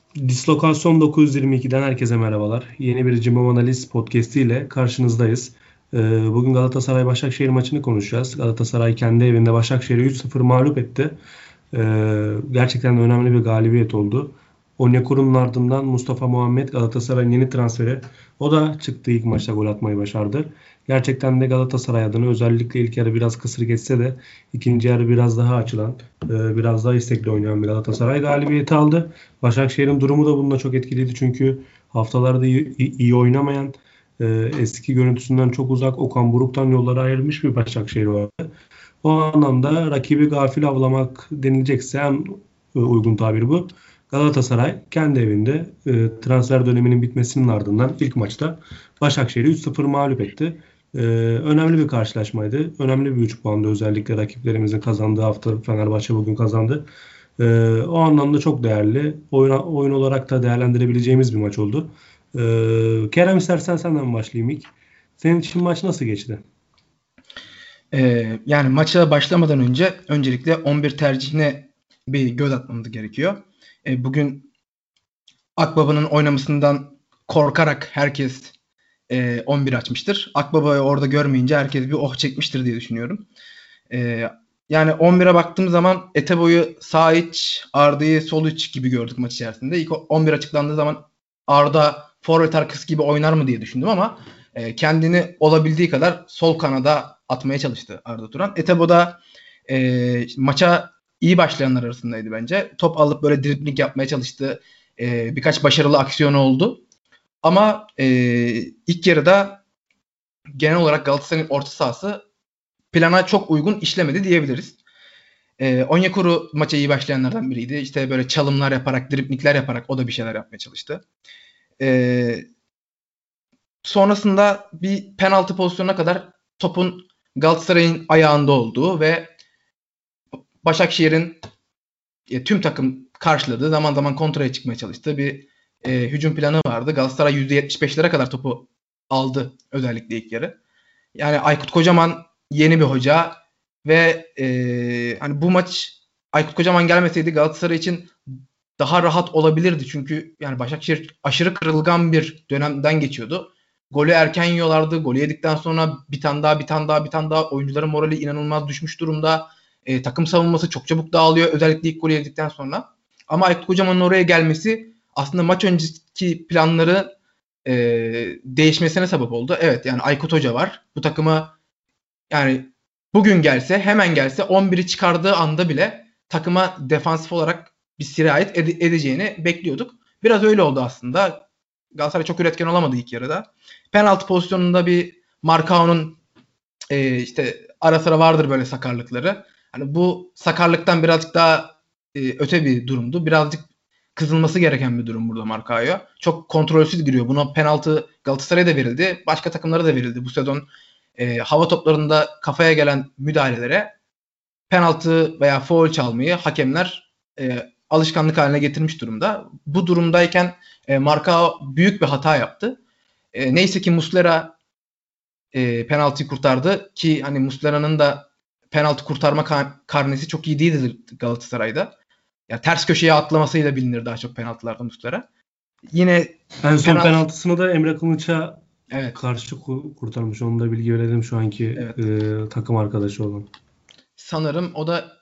Dislokasyon 922'den herkese merhabalar. Yeni bir Cimbom Analiz podcast'i ile karşınızdayız. Bugün Galatasaray-Başakşehir maçını konuşacağız. Galatasaray kendi evinde Başakşehir'i 3-0 mağlup etti. Gerçekten de önemli bir galibiyet oldu. Onyekuru'nun ardından Mustafa Muhammed Galatasaray'ın yeni transferi. O da çıktı ilk maçta gol atmayı başardı. Gerçekten de Galatasaray adına özellikle ilk yarı biraz kısır geçse de ikinci yarı biraz daha açılan, biraz daha istekli oynayan bir Galatasaray galibiyeti aldı. Başakşehir'in durumu da bununla çok etkiliydi çünkü haftalarda iyi oynamayan, eski görüntüsünden çok uzak Okan Buruk'tan yolları ayrılmış bir Başakşehir vardı. O anlamda rakibi gafil avlamak denilecekse en uygun tabir bu. Galatasaray kendi evinde transfer döneminin bitmesinin ardından ilk maçta Başakşehir'i 3-0 mağlup etti. Önemli bir karşılaşmaydı. Önemli bir 3 puandı özellikle rakiplerimizin kazandığı hafta Fenerbahçe bugün kazandı. O anlamda çok değerli. Oyun olarak da değerlendirebileceğimiz bir maç oldu. Kerem istersen senden başlayayım ilk. Senin için maç nasıl geçti? Yani maça başlamadan önce öncelikle 11 tercihine bir göz atmamız gerekiyor. Bugün Akbaba'nın oynamasından korkarak herkes 11 açmıştır. Akbaba'yı orada görmeyince herkes bir oh çekmiştir diye düşünüyorum. Yani 11'e baktığım zaman Etebo'yu sağ iç, Arda'yı sol iç gibi gördük maç içerisinde. İlk 11 açıklandığı zaman Arda forvet arkası gibi oynar mı diye düşündüm ama kendini olabildiği kadar sol kanada atmaya çalıştı Arda Turan. Etebo da maça iyi başlayanlar arasındaydı bence. Top alıp böyle dribling yapmaya çalıştı. Birkaç başarılı aksiyonu oldu. Ama ilk yarıda genel olarak Galatasaray'ın orta sahası plana çok uygun işlemedi diyebiliriz. Onyekuru maça iyi başlayanlardan biriydi. İşte böyle çalımlar yaparak, driblingler yaparak o da bir şeyler yapmaya çalıştı. Sonrasında bir penaltı pozisyonuna kadar topun Galatasaray'ın ayağında olduğu ve Başakşehir'in tüm takım karşıladığı, zaman zaman kontraya çıkmaya çalıştığı bir hücum planı vardı. Galatasaray %75'lere kadar topu aldı özellikle ilk yarı. Yani Aykut Kocaman yeni bir hoca ve hani bu maç Aykut Kocaman gelmeseydi Galatasaray için daha rahat olabilirdi. Çünkü yani Başakşehir aşırı kırılgan bir dönemden geçiyordu. Golü erken yiyorlardı. Golü yedikten sonra bir tane daha oyuncuların morali inanılmaz düşmüş durumda. Takım savunması çok çabuk dağılıyor. Özellikle ilk golü yedikten sonra. Ama Aykut Kocaman'ın oraya gelmesi aslında maç önceki planları değişmesine sebep oldu. Evet, yani Aykut Hoca var. Bu takımı yani bugün gelse, hemen gelse 11'i çıkardığı anda bile takıma defansif olarak bir sirayet edeceğini bekliyorduk. Biraz öyle oldu aslında. Galatasaray çok üretken olamadı ilk yarıda. Penaltı pozisyonunda bir Marcao'nun işte ara sıra vardır böyle sakarlıkları. Hani bu sakarlıktan birazcık daha öte bir durumdu. Birazcık kızılması gereken bir durum burada Marcao'ya. Çok kontrolsüz giriyor. Buna penaltı Galatasaray'a da verildi. Başka takımlara da verildi. Bu sezon hava toplarında kafaya gelen müdahalelere penaltı veya faul çalmayı hakemler alışkanlık haline getirmiş durumda. Bu durumdayken Marcao büyük bir hata yaptı. Neyse ki Muslera penaltıyı kurtardı ki hani Muslera'nın da penaltı kurtarma karnesi çok iyi değildi Galatasaray'da. Yani ters köşeye atlamasıyla bilinir daha çok penaltılarda Muslera. Yine en son penaltısını da Emre Kılıç'a karşı kurtarmış. Onu da bilgi verelim şu anki takım arkadaşı olan. Sanırım o da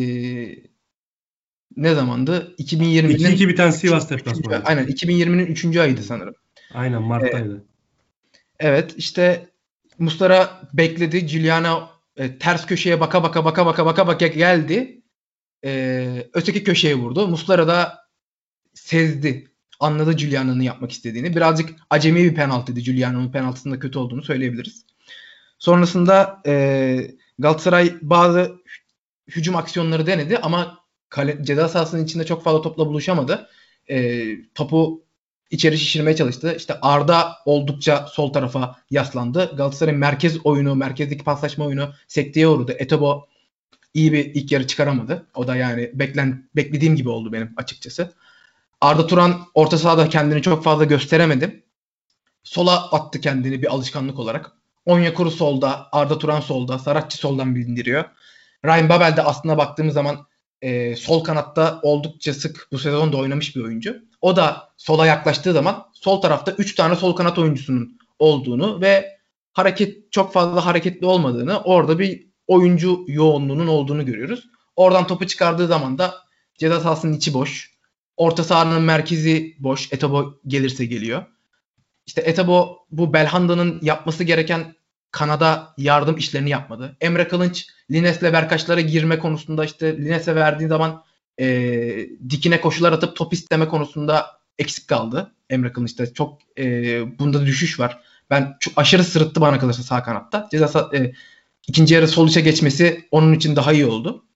ne zamandı? 2020'nin 2-2 biten Sivas deplasmanı. Aynen 2020'nin 3. ayıydı sanırım. Aynen Mart'taydı. Evet işte Muslera bekledi. Giuliano ters köşeye baka geldi. Öteki köşeye vurdu. Muslera da sezdi. Anladı Giuliano'nun yapmak istediğini. Birazcık acemi bir penaltıydı. Giuliano'nun penaltısında kötü olduğunu söyleyebiliriz. Sonrasında Galatasaray bazı hücum aksiyonları denedi ama ceza sahasının içinde çok fazla topla buluşamadı. Topu içeri şişirmeye çalıştı. İşte Arda oldukça sol tarafa yaslandı. Galatasaray'ın merkez oyunu, merkezdeki paslaşma oyunu sekteye uğradı. Etebo iyi bir ilk yarı çıkaramadı. O da yani beklediğim gibi oldu benim açıkçası. Arda Turan orta sahada kendini çok fazla gösteremedi. Sola attı kendini bir alışkanlık olarak. Onyekuru solda, Arda Turan solda, Saratçı soldan bildiriyor. Ryan Babel de aslında baktığımız zaman sol kanatta oldukça sık bu sezon da oynamış bir oyuncu. O da sola yaklaştığı zaman sol tarafta 3 tane sol kanat oyuncusunun olduğunu ve çok fazla hareketli olmadığını, orada bir oyuncu yoğunluğunun olduğunu görüyoruz. Oradan topu çıkardığı zaman da ceza sahasının içi boş. Orta sahanın merkezi boş. Etebo gelirse geliyor. İşte Etebo bu Belhanda'nın yapması gereken kanada yardım işlerini yapmadı. Emre Kılınç Lines'le Berkaçlara girme konusunda işte Lines'e verdiği zaman dikine koşular atıp top isteme konusunda eksik kaldı. Emre Kılınç'ta çok bunda düşüş var. Ben çok aşırı sırıttı bana kalırsa sağ kanatta. İkinci yarı sol içe geçmesi onun için daha iyi oldu.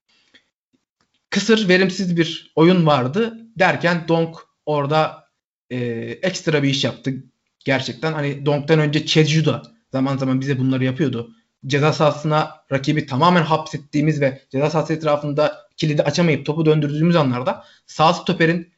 Kısır, verimsiz bir oyun vardı derken Donk orada ekstra bir iş yaptı. Gerçekten hani Donk'tan önce Çeju da zaman zaman bize bunları yapıyordu. Ceza sahasına rakibi tamamen hapsettiğimiz ve ceza sahası etrafında kilidi açamayıp topu döndürdüğümüz anlarda sağ stoperin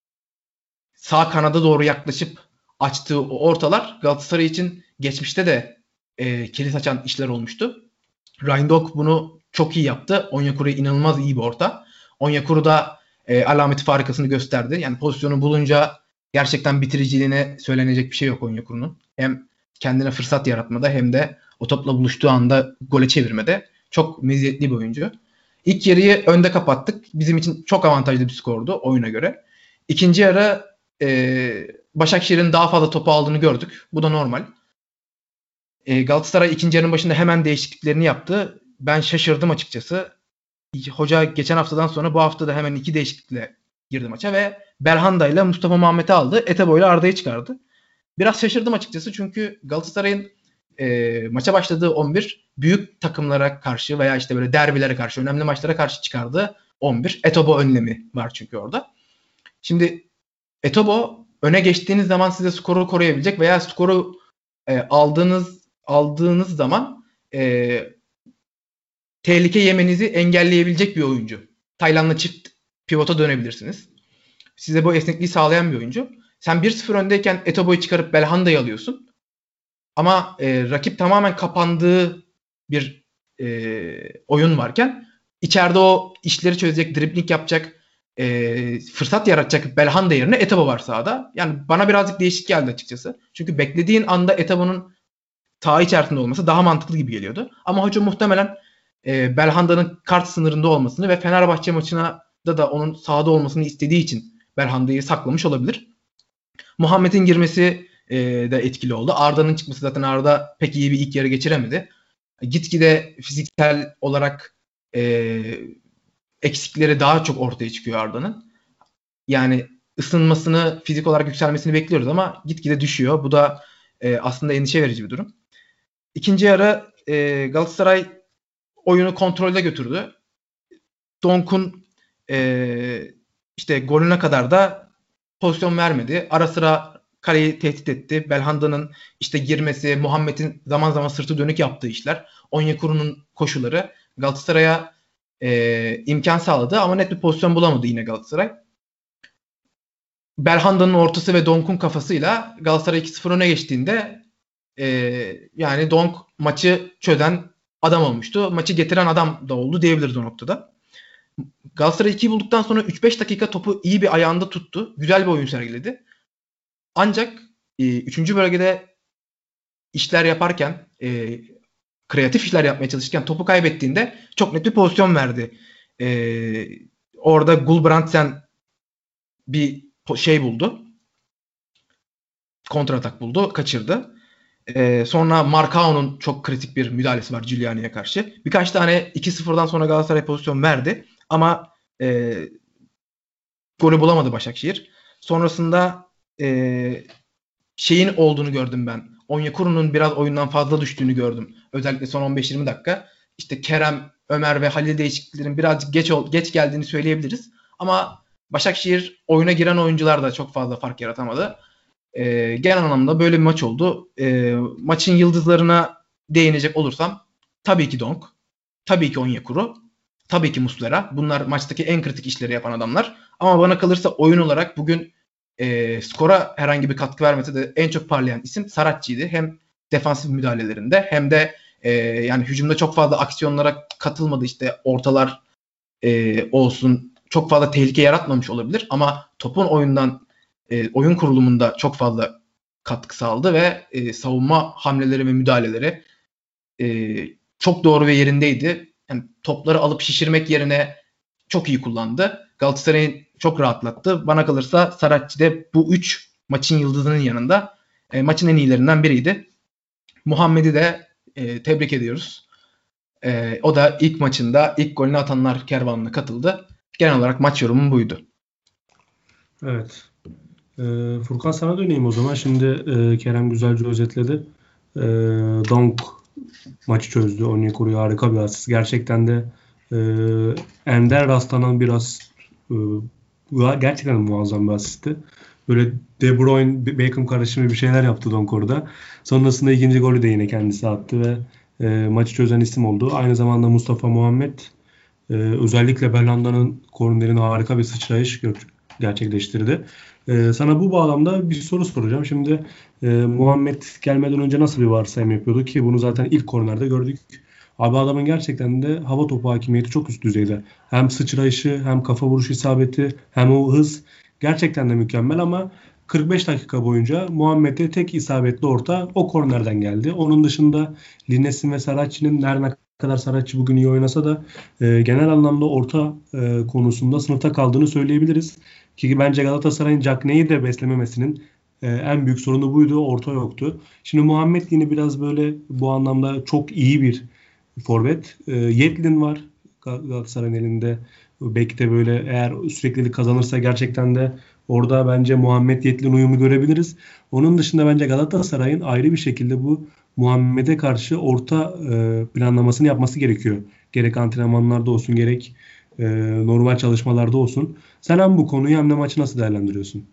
sağ kanada doğru yaklaşıp açtığı o ortalar Galatasaray için geçmişte de kilit açan işler olmuştu. Rindok bunu çok iyi yaptı. Onyekuru inanılmaz iyi bir orta. Onyekuru da alameti farikasını gösterdi. Yani pozisyonu bulunca gerçekten bitiriciliğine söylenecek bir şey yok Onyekuru'nun. Hem kendine fırsat yaratmada hem de o topla buluştuğu anda gole çevirmede çok meziyetli bir oyuncu. İlk yarıyı önde kapattık. Bizim için çok avantajlı bir skordu oyuna göre. İkinci yarı Başakşehir'in daha fazla topu aldığını gördük. Bu da normal. Galatasaray ikinci yarının başında hemen değişikliklerini yaptı. Ben şaşırdım açıkçası. Hoca geçen haftadan sonra bu hafta da hemen 2 değişiklikle girdi maça ve Belhanda ile Mustafa Muhammed'i aldı. Etebo ile Arda'yı çıkardı. Biraz şaşırdım açıkçası çünkü Galatasaray'ın maça başladığı 11 büyük takımlara karşı veya işte böyle derbilere karşı, önemli maçlara karşı çıkardığı 11. Etebo önlemi var çünkü orada. Şimdi Etebo öne geçtiğiniz zaman size skoru koruyabilecek veya skoru aldığınız zaman tehlike yemenizi engelleyebilecek bir oyuncu. Taylan'la çift pivota dönebilirsiniz. Size bu esnekliği sağlayan bir oyuncu. Sen 1-0 öndeyken Etobo'yu çıkarıp Belhanda'yı alıyorsun. Ama rakip tamamen kapandığı bir oyun varken içeride o işleri çözecek, dribling yapacak, fırsat yaratacak Belhanda yerine Etebo var sahada. Yani bana birazcık değişik geldi açıkçası. Çünkü beklediğin anda Etebo'nun saha içerisinde olması daha mantıklı gibi geliyordu. Ama hoca muhtemelen Belhanda'nın kart sınırında olmasını ve Fenerbahçe maçına da onun sahada olmasını istediği için Belhanda'yı saklamış olabilir. Muhammed'in girmesi de etkili oldu. Arda'nın çıkması, zaten Arda pek iyi bir ilk yarı geçiremedi. Gitgide fiziksel olarak eksikleri daha çok ortaya çıkıyor Arda'nın. Yani ısınmasını, fizik olarak yükselmesini bekliyoruz ama gitgide düşüyor. Bu da aslında endişe verici bir durum. İkinci yarı Galatasaray oyunu kontrolde götürdü. Donk'un işte golüne kadar da pozisyon vermedi. Ara sıra kaleyi tehdit etti. Belhanda'nın işte girmesi, Muhammed'in zaman zaman sırtı dönük yaptığı işler, Onyekuru'nun koşuları Galatasaray'a imkan sağladı ama net bir pozisyon bulamadı yine Galatasaray. Belhanda'nın ortası ve Donk'un kafasıyla Galatasaray 2-0 öne geçtiğinde yani Donk maçı çözen adam olmuştu. Maçı getiren adam da oldu diyebiliriz o noktada. Galatasaray 2'yi bulduktan sonra 3-5 dakika topu iyi bir ayağında tuttu. Güzel bir oyun sergiledi. Ancak 3. bölgede işler yaparken, kreatif işler yapmaya çalışırken topu kaybettiğinde çok net bir pozisyon verdi. Orada Gulbrandsen bir şey buldu. Kontratak buldu. Kaçırdı. Sonra Marcao'nun çok kritik bir müdahalesi var Giuliani'ye karşı. Birkaç tane 2-0'dan sonra Galatasaray pozisyon verdi. Ama golü bulamadı Başakşehir. Sonrasında şeyin olduğunu gördüm ben. Onyekuru'nun biraz oyundan fazla düştüğünü gördüm. Özellikle son 15-20 dakika. İşte Kerem, Ömer ve Halil değişikliklerin birazcık geç geldiğini söyleyebiliriz. Ama Başakşehir oyuna giren oyuncular da çok fazla fark yaratamadı. Genel anlamda böyle bir maç oldu. Maçın yıldızlarına değinecek olursam tabii ki Donk, tabii ki Onyekuru, tabii ki Muslera. Bunlar maçtaki en kritik işleri yapan adamlar. Ama bana kalırsa oyun olarak bugün skora herhangi bir katkı vermese de en çok parlayan isim Saratçı'ydı. Hem defansif müdahalelerinde hem de yani hücumda çok fazla aksiyonlara katılmadı. İşte ortalar olsun çok fazla tehlike yaratmamış olabilir ama topun oyun kurulumunda çok fazla katkı sağladı ve savunma hamleleri ve müdahaleleri çok doğru ve yerindeydi. Yani topları alıp şişirmek yerine çok iyi kullandı. Galatasaray'ı çok rahatlattı. Bana kalırsa Saracchi de bu 3 maçın yıldızının yanında maçın en iyilerinden biriydi. Muhammed'i de tebrik ediyoruz. O da ilk maçında ilk golünü atanlar kervanına katıldı. Genel olarak maç yorumum buydu. Evet. Furkan sana döneyim o zaman. Şimdi Kerem güzelce özetledi. Donk maçı çözdü. Onyekuru'ya harika bir asist. Gerçekten de ender rastlanan bir asist. Gerçekten muazzam bir asistti. Böyle De Bruyne, Beckham karışımı bir şeyler yaptı Donk orada. Sonrasında ikinci golü de yine kendisi attı ve maçı çözen isim oldu. Aynı zamanda Mustafa Muhammed özellikle Belhanda'nın kornerine harika bir sıçrayış gerçekleştirdi. Sana bu bağlamda bir soru soracağım. Şimdi Muhammed gelmeden önce nasıl bir varsayım yapıyordu ki bunu zaten ilk kornerde gördük. Abi adamın gerçekten de hava topu hakimiyeti çok üst düzeyde. Hem sıçrayışı hem kafa vuruş isabeti hem o hız gerçekten de mükemmel ama 45 dakika boyunca Muhammed'e tek isabetli orta o kornerden geldi. Onun dışında Lines'in ve Saracchi'nin her ne kadar Saracchi bugün iyi oynasa da genel anlamda orta konusunda sınıfta kaldığını söyleyebiliriz. Ki bence Galatasaray'ın Cagney'i de beslememesinin en büyük sorunu buydu. Orta yoktu. Şimdi Muhammed yine biraz böyle bu anlamda çok iyi bir forvet. Yedlin var Galatasaray'ın elinde. Bek'te böyle eğer süreklilik kazanırsa gerçekten de orada bence Muhammed Yedlin uyumu görebiliriz. Onun dışında bence Galatasaray'ın ayrı bir şekilde bu Muhammed'e karşı orta planlamasını yapması gerekiyor. Gerek antrenmanlarda olsun gerek normal çalışmalarda olsun. Sen hem bu konuyu hem de maçı nasıl değerlendiriyorsun?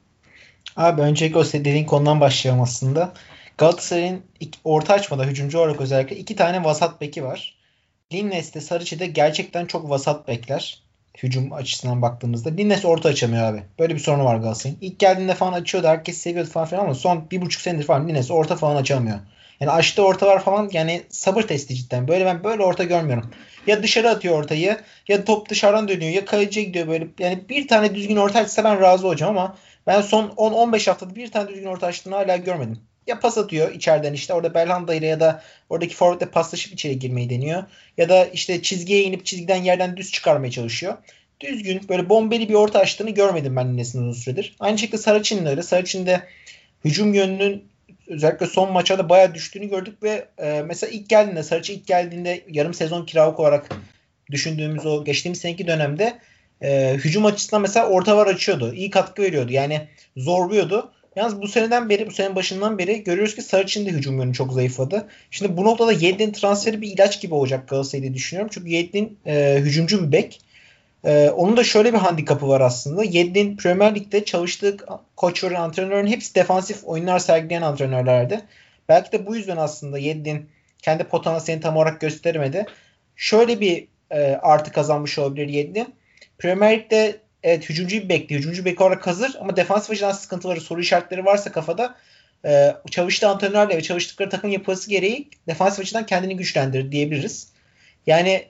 Abi öncelikle o dediğin konudan başlayalım aslında. Galatasaray'ın orta açmada hücumcu olarak özellikle iki tane vasat beki var. Linnes'te Sarıçı'da gerçekten çok vasat bekler. Hücum açısından baktığımızda. Linnes orta açamıyor abi. Böyle bir sorunu var Galatasaray'ın. İlk geldiğinde falan açıyordu. Herkes seviyordu falan filan ama son 1,5 senedir falan Linnes orta falan açamıyor. Yani açtığı ortalar falan yani sabır testi cidden. Ben böyle orta görmüyorum. Ya dışarı atıyor ortayı ya top dışarıdan dönüyor ya kaleciye gidiyor böyle. Yani bir tane düzgün orta açsa ben razı olacağım ama ben son 10-15 haftada bir tane düzgün orta açtığını hala görmedim. Ya pas atıyor içeriden işte orada Belhanda ile ya da oradaki forvetle paslaşıp içeri girmeyi deniyor. Ya da işte çizgiye inip çizgiden yerden düz çıkarmaya çalışıyor. Düzgün böyle bombeli bir orta açtığını görmedim ben Lines'in uzun süredir. Aynı şekilde Saracchi'nin öyle. Saracchi'nin de hücum yönünün özellikle son maçlarda bayağı düştüğünü gördük ve mesela Saracchi ilk geldiğinde yarım sezon kiralık olarak düşündüğümüz o geçtiğimiz seneki dönemde hücum açısından mesela orta var açıyordu. İyi katkı veriyordu. Yani zorluyordu. Yalnız bu senenin başından beri görüyoruz ki Sarıç'ın da hücum yönü çok zayıfladı. Şimdi bu noktada Yedlin'in transferi bir ilaç gibi olacak Galatasaray'da düşünüyorum. Çünkü Yedlin hücumcu bir bek. Onun da şöyle bir handikapı var aslında. Yedlin Premier Lig'de çalıştığı koçların, antrenörlerin hepsi defansif oyunlar sergileyen antrenörlerdi. Belki de bu yüzden aslında Yedlin kendi potansiyelini tam olarak göstermedi. Şöyle bir artı kazanmış olabilir Yedlin. Premier Lig'de evet hücumcu bir bekli. Hücumcu bek olarak hazır ama defansif açıdan sıkıntıları, soru işaretleri varsa kafada çalıştığı antrenörle ve çalıştıkları takım yapısı gereği defansif açıdan kendini güçlendirir diyebiliriz. Yani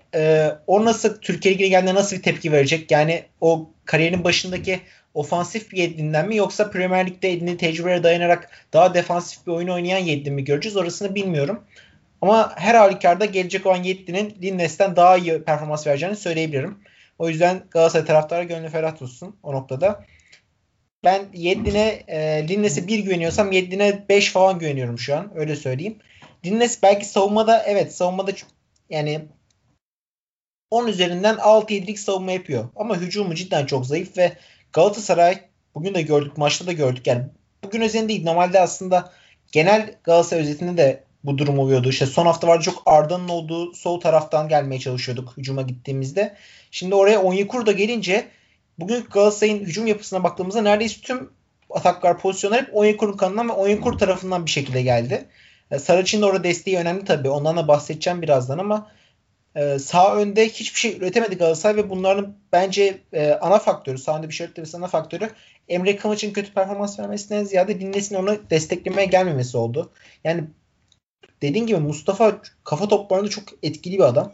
o nasıl Türkiye Ligi'ne geldiğinde nasıl bir tepki verecek? Yani o kariyerinin başındaki ofansif bir Yedlin'den mi yoksa Premier Lig'de edindiği tecrübelere dayanarak daha defansif bir oyun oynayan Yedlin mi göreceğiz? Orasını bilmiyorum. Ama her halükarda gelecek olan Yedlin'in Linnes'ten daha iyi performans vereceğini söyleyebilirim. O yüzden Galatasaray taraftarı gönlü ferah tutsun o noktada. Ben Linnes'e 1 güveniyorsam Yedlin'e 5 falan güveniyorum şu an. Öyle söyleyeyim. Linnes belki savunmada yani 10 üzerinden 6-7'lik savunma yapıyor. Ama hücumu cidden çok zayıf ve Galatasaray bugün de gördük, maçta da gördük. Yani bugün özelinde değil. Normalde aslında genel Galatasaray özetinde de bu durum oluyordu. İşte son haftalarda çok Arda'nın olduğu sol taraftan gelmeye çalışıyorduk hücuma gittiğimizde. Şimdi oraya Onyekuru da gelince bugün Galatasaray'ın hücum yapısına baktığımızda neredeyse tüm ataklar, pozisyonlar hep Onyekuru'nun kanından ve Onyekuru tarafından bir şekilde geldi. Sarıçı'nın da orada desteği önemli tabii. Ondan da bahsedeceğim birazdan ama sağ önde hiçbir şey üretemedi Galatasaray ve bunların bence ana faktörü, sağ önde bir şey üretemesi ana faktörü Emre Kılıç'ın kötü performans vermesinden ziyade Linnes'in onu desteklemeye gelmemesi oldu. Yani dediğin gibi Mustafa kafa toplarında çok etkili bir adam.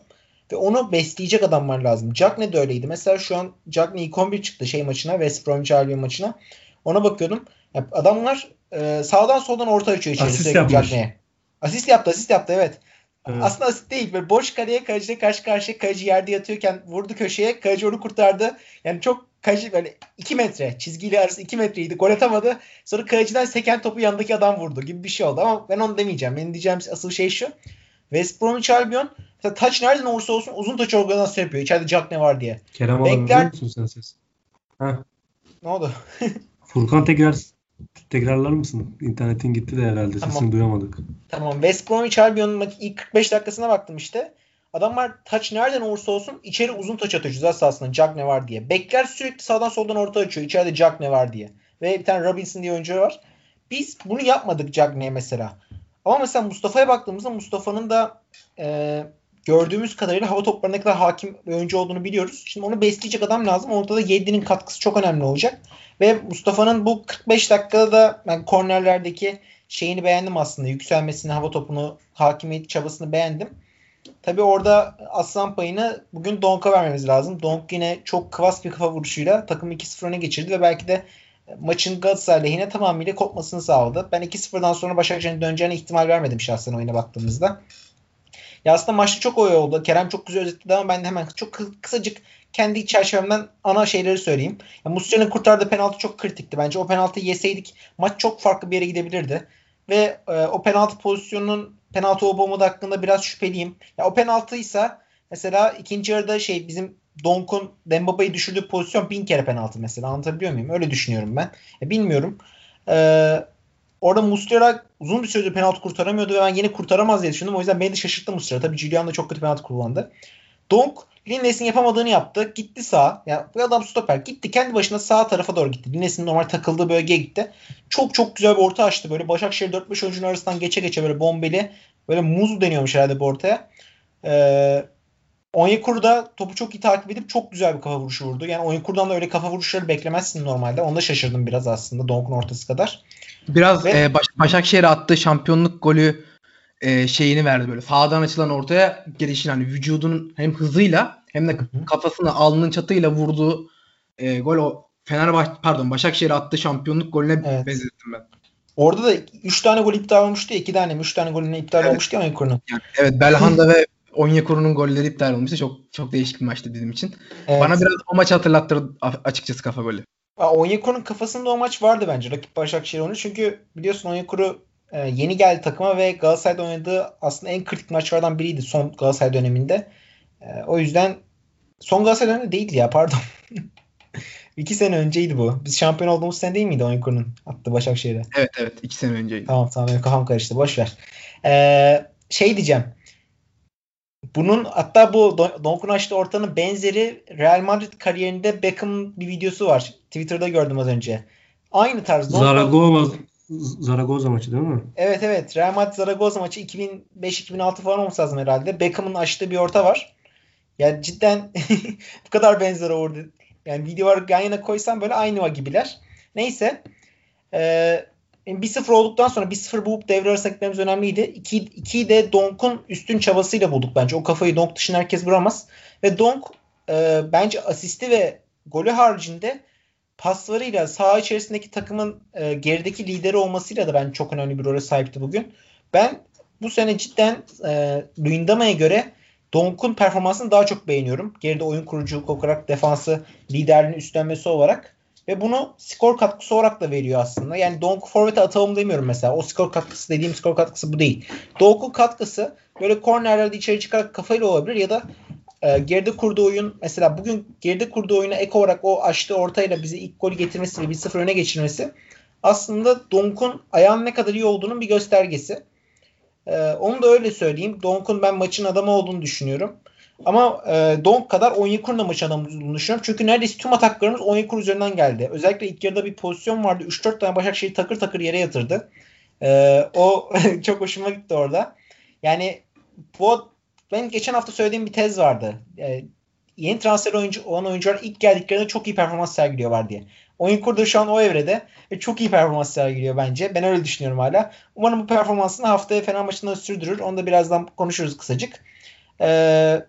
Ve onu besleyecek adamlar lazım. Cagney de öyleydi. Mesela şu an Cagney ilk 11 çıktı maçına. West Bromwich Albion maçına. Ona bakıyordum. Ya adamlar sağdan soldan orta açıyor içeri. Asist yapmış. Cagney'e. Asist yaptı evet. Evet. Aslında asist değil. Böyle boş kaleye kaleciyle karşı karşıya, kaleci yerde yatıyorken vurdu köşeye. Kaleci onu kurtardı. Yani çok kaleci böyle 2 metre. Çizgiyle arası 2 metreydi. Gol atamadı. Sonra kaleciden seken topu yanındaki adam vurdu gibi bir şey oldu. Ama ben onu demeyeceğim. Benim diyeceğim asıl şey şu. West Bromwich Albion mesela taç nereden olursa olsun uzun taç organizasyon yapıyor. İçeride Cagney var diye. Kerem alabiliyor musun sen ses? Heh. Ne oldu? Furkan tekrarlar mısın? İnternetin gitti de herhalde. Tamam. Sesini duyamadık. Tamam. West Bromwich Albion'un ilk 45 dakikasına baktım işte. Adamlar taç nereden olursa olsun içeri uzun taç atıyor ceza sahasında Cagney var diye. Bekler sürekli sağdan soldan orta açıyor. İçeride Cagney var diye. Ve bir tane Robinson diye oyuncu var. Biz bunu yapmadık Cagney'e mesela. Ama mesela Mustafa'ya baktığımızda Mustafa'nın da gördüğümüz kadarıyla hava toplarına ne kadar hakim bir oyuncu olduğunu biliyoruz. Şimdi onu besleyecek adam lazım. Ortada Yedlin'in katkısı çok önemli olacak. Ve Mustafa'nın bu 45 dakikada da ben kornerlerdeki şeyini beğendim aslında. Yükselmesini, hava topunu, hakimiyet çabasını beğendim. Tabii orada aslan payını bugün Donk'a vermemiz lazım. Donk yine çok kıvas bir kafa vuruşuyla takımı 2-0 öne geçirdi ve belki de maçın Galatasaray lehine tamamıyla kopmasını sağladı. Ben 2-0'dan sonra Başakşehir'in döneceğine ihtimal vermedim şahsen oyuna baktığımızda. Ya aslında maçta çok oy oldu. Kerem çok güzel özetledi ama ben de hemen çok kısacık kendi çerçevemden ana şeyleri söyleyeyim. Ya Muslera'nın kurtardığı penaltı çok kritikti. Bence o penaltıyı yeseydik maç çok farklı bir yere gidebilirdi. Ve o penaltı pozisyonunun penaltı olup olmadığı hakkında biraz şüpheliyim. Ya o penaltıysa mesela ikinci yarıda bizim Donk'un Dembaba'yı düşürdüğü pozisyon 1000 kere penaltı mesela. Anlatabiliyor muyum? Öyle düşünüyorum ben. Bilmiyorum. Orada Muslera uzun bir süredir penaltı kurtaramıyordu ve ben yine kurtaramaz diye düşündüm. O yüzden beni de şaşırttı Muslera. Tabii Julian da çok kötü penaltı kullandı. Donk Linnes'in yapamadığını yaptı. Gitti sağa. Yani bu adam stoper. Gitti kendi başına sağ tarafa doğru gitti. Linnes'in normal takıldığı bölgeye gitti. Çok çok güzel bir orta açtı. Böyle Başakşehir 4-5 oyuncunun arasından geçe geçe böyle bombeli. Böyle muz deniyormuş herhalde bu ortaya. Onyekuru da topu çok iyi takip edip çok güzel bir kafa vuruşu vurdu. Yani Onyekuru'dan da öyle kafa vuruşları beklemezsin normalde. Onda şaşırdım biraz aslında Donk'un ortası kadar. Biraz Başakşehir'e attığı şampiyonluk golü şeyini verdi böyle. Sağdan açılan ortaya gelişin hani vücudunun hem hızıyla hem de kafasını alnının çatıyla vurduğu gol o Başakşehir'e attığı şampiyonluk golüne benzettim ben. Orada da 3 tane gol iptal olmuştu. 2 tane mi 3 tane golüne iptal olmuştu ya Onyekuru'nun. Yani, evet Belhanda ve Onyekuru'nun golleri iptal olmuştu. Çok çok değişik bir maçtı bizim için. Evet. Bana biraz o maçı hatırlattırdı açıkçası kafa golü. Onyekuru'nun kafasında o maç vardı bence. Rakip Başakşehir onu. Çünkü biliyorsun Onyekuru yeni geldi takıma ve Galatasaray'da oynadığı aslında en kritik maçlardan biriydi son Galatasaray döneminde. O yüzden son Galatasaray döneminde değildi ya pardon. 2 sene önceydi bu. Biz şampiyon olduğumuz sene değil miydi Onyekuru'nun attığı Başakşehir'e? Evet 2 sene önceydi. Tamam benim kafam karıştı. Boş ver. Diyeceğim. Bunun hatta bu Donk'un açtığı ortanın benzeri Real Madrid kariyerinde Beckham'ın bir videosu var. Twitter'da gördüm az önce. Aynı tarz. Zaragoza maçı değil mi? Evet. Real Madrid Zaragoza maçı 2005-2006 falan olması lazım herhalde. Beckham'ın açtığı bir orta var. Yani cidden bu kadar benzer oldu. Yani videoları yan yana koysam böyle aynı gibiler. Neyse. 1-0 olduktan sonra 1-0 bulup devre arasına gitmemiz önemliydi. 2'yi de Donk'un üstün çabasıyla bulduk bence. O kafayı Donk dışında herkes vuramaz. Ve Donk bence asisti ve golü haricinde paslarıyla saha içerisindeki takımın gerideki lideri olmasıyla da ben çok önemli bir role sahipti bugün. Ben bu sene cidden Luyendama'ya göre Donk'un performansını daha çok beğeniyorum. Geride oyun kuruculuk olarak, defansı liderliğini üstlenmesi olarak. Ve bunu skor katkısı olarak da veriyor aslında. Yani Donk'u forvete atalım demiyorum mesela. O skor katkısı dediğim skor katkısı bu değil. Donk'un katkısı böyle kornerlerde içeri çıkarak kafayla olabilir ya da geride kurduğu oyun mesela bugün geride kurduğu oyuna ek olarak o açtığı ortayla bize ilk golü getirmesi ve 1-0 öne geçirmesi aslında Donk'un ayağının ne kadar iyi olduğunun bir göstergesi. Onu da öyle söyleyeyim. Donk'un ben maçın adamı olduğunu düşünüyorum. Ama Donk kadar Onyekuru'nun da maç adamı olduğunu düşünüyorum. Çünkü neredeyse tüm ataklarımız Onyekuru üzerinden geldi. Özellikle ilk yarıda bir pozisyon vardı. 3-4 tane Başakşehir'i takır takır yere yatırdı. O çok hoşuma gitti orada. Yani ben geçen hafta söylediğim bir tez vardı. Yeni transfer olan oyuncular ilk geldiklerinde çok iyi performans sergiliyorlar diye. Onyekuru da şu an o evrede ve çok iyi performans sergiliyor bence. Ben öyle düşünüyorum hala. Umarım bu performansını haftaya Fener maçında sürdürür. Onu da birazdan konuşuruz kısacık.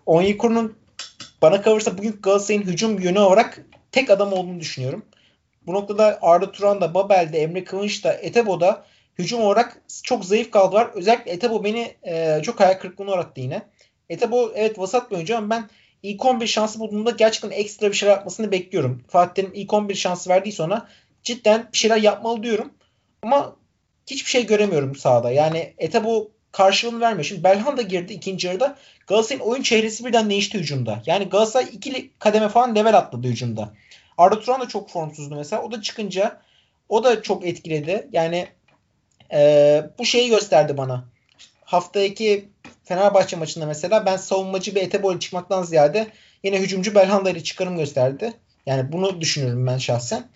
Onyekuru'nun bana kalırsa bugün Galatasaray'ın hücum yönü olarak tek adam olduğunu düşünüyorum. Bu noktada Arda Turan'da, Babel'de, Emre Kılınç'ta, Etebo'da hücum olarak çok zayıf kaldılar. Özellikle Etebo beni çok hayal kırıklığına uğrattı yine. Etebo evet vasat bir oyuncu ama ben ilk 11 şansı bulduğumda gerçekten ekstra bir şeyler yapmasını bekliyorum. Fatih Terim ilk 11 şansı verdiyse ona cidden bir şeyler yapmalı diyorum. Ama hiçbir şey göremiyorum sahada. Yani Etebo karşılığını vermiyor. Şimdi Belhanda girdi ikinci yarıda. Galatasaray'ın oyun çehresi birden değişti hücumda. Yani Galatasaray ikili kademe falan level atladı hücumda. Arda Turan da çok formsuzdu mesela. O da çıkınca o da çok etkiledi. Yani bu şeyi gösterdi bana. Haftaki Fenerbahçe maçında mesela ben savunmacı bir Etebo ile çıkmaktan ziyade yine hücumcu Belhanda ile çıkarım gösterdi. Yani bunu düşünüyorum ben şahsen.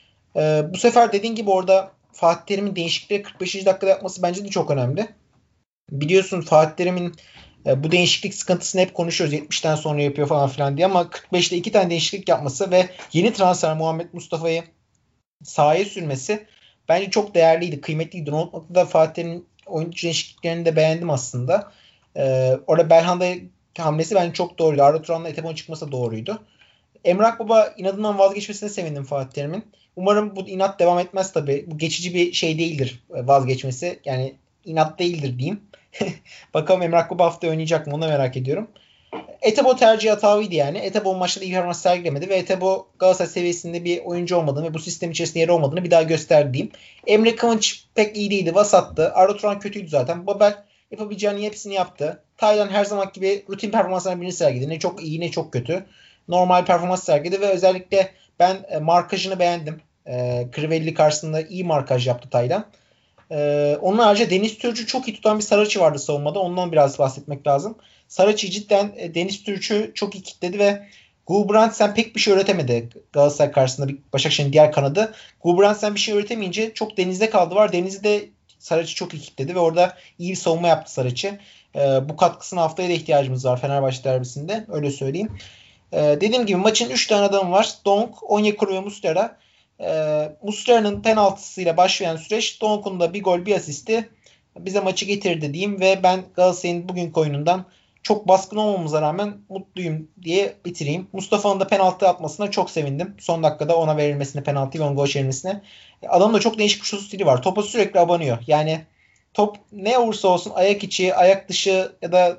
Bu sefer dediğin gibi orada Fatih Terim'in değişiklikleri 45. dakikada yapması bence de çok önemli. Biliyorsun Fatih Terim'in bu değişiklik sıkıntısını hep konuşuyoruz. 70'ten sonra yapıyor falan filan diye ama 45'te 2 tane değişiklik yapması ve yeni transfer Muhammed Mustafa'yı sahaya sürmesi bence çok değerliydi, kıymetliydi. O noktada Fatih Terim'in oyuncu değişikliklerini de beğendim aslında. Orada Belhanda hamlesi bence çok doğruydu. Arda Turan'la Etebo'nun çıkması doğruydu. Emre Akbaba inadından vazgeçmesine sevindim Fatih Terim'in. Umarım bu inat devam etmez tabii. Bu geçici bir şey değildir vazgeçmesi. Yani inat değildir diyeyim. Bakalım Emre Akbaba hafta oynayacak mı onu merak ediyorum. Etebo tercih hatalıydı yani. Etebo maçta iyi performans sergilemedi ve Etebo Galatasaray seviyesinde bir oyuncu olmadığını ve bu sistem içerisinde yeri olmadığını bir daha gösterdi diyeyim. Emre Kılınç pek iyi değildi, vasattı. Arda Turan kötüydü zaten. Babel yapabileceğinin hepsini yaptı. Taylan her zaman gibi rutin performanslardan birini sergiledi. Ne çok iyi ne çok kötü. Normal performans sergiledi ve özellikle ben markajını beğendim. Crivelli karşısında iyi markaj yaptı Taylan. Onun harici Deniz Türüç'ü çok iyi tutan bir Saraçi vardı savunmada. Ondan biraz bahsetmek lazım. Saraçi cidden Deniz Türüç'ü çok iyi kilitledi ve Gulbrandsen pek bir şey öğretemedi Galatasaray karşısında bir Başakşehir'in diğer kanadı. Gulbrandsen bir şey öğretemeyince çok denizde kaldı var. Deniz'i de Saraçi çok iyi kilitledi ve orada iyi bir savunma yaptı Saraçi. Bu katkısına haftaya da ihtiyacımız var Fenerbahçe derbisinde. Öyle söyleyeyim. Dediğim gibi maçın 3 tane adamı var. Donk, Onyekuru ve Muslera. Muslera'nın penaltısıyla başlayan süreç Donk'un da bir gol bir asisti bize maçı getirdi diyeyim ve ben Galatasaray'ın bugünkü oyunundan çok baskın olmamıza rağmen mutluyum diye bitireyim. Mustafa'nın da penaltı atmasına çok sevindim. Son dakikada ona verilmesine penaltıyı ve onun gol çevirmesine. Adamın da çok değişik bir şut stili var. Topa sürekli abanıyor. Yani top ne olursa olsun ayak içi, ayak dışı ya da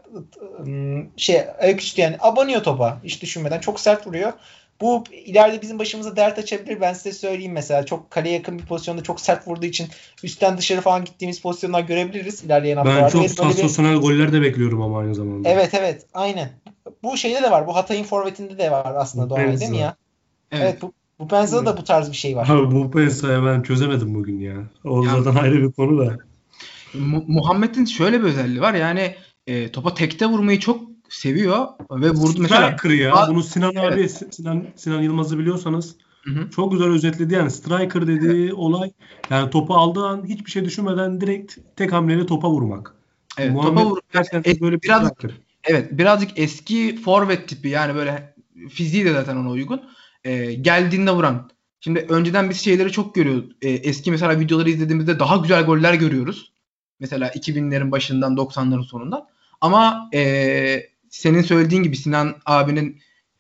ayak üstü yani abanıyor topa hiç düşünmeden. Çok sert vuruyor. Bu ileride bizim başımıza dert açabilir. Ben size söyleyeyim mesela. Çok kaleye yakın bir pozisyonda çok sert vurduğu için üstten dışarı falan gittiğimiz pozisyonlar görebiliriz ilerleyen haftalarda. Ben çok sansasyonel goller de bekliyorum ama aynı zamanda. Evet aynen. Bu şeyde de var. Bu Hatay'ın forvetinde de var aslında Doğan değil mi ya? Evet bu Penza'da da bu tarz bir şey var. Abi bu Penza'yı ben çözemedim bugün ya. O zaten ayrı bir konu da. Muhammed'in şöyle bir özelliği var. Yani topa tekte vurmayı çok seviyor ve vurdu mesela. Striker ya. Bunu Sinan abi Sinan Yılmaz'ı biliyorsanız çok güzel özetledi yani. Striker dediği olay yani topu aldığı an hiçbir şey düşünmeden direkt tek hamleyle topa vurmak. Evet, Muhammed topa gerçekten böyle bir striker. Evet, birazcık eski forvet tipi yani böyle fiziği de zaten ona uygun. Geldiğinde vuran. Şimdi önceden biz şeyleri çok görüyoruz. Eski mesela videoları izlediğimizde daha güzel goller görüyoruz. Mesela 2000'lerin başından 90'ların sonundan. Ama senin söylediğin gibi Sinan abinin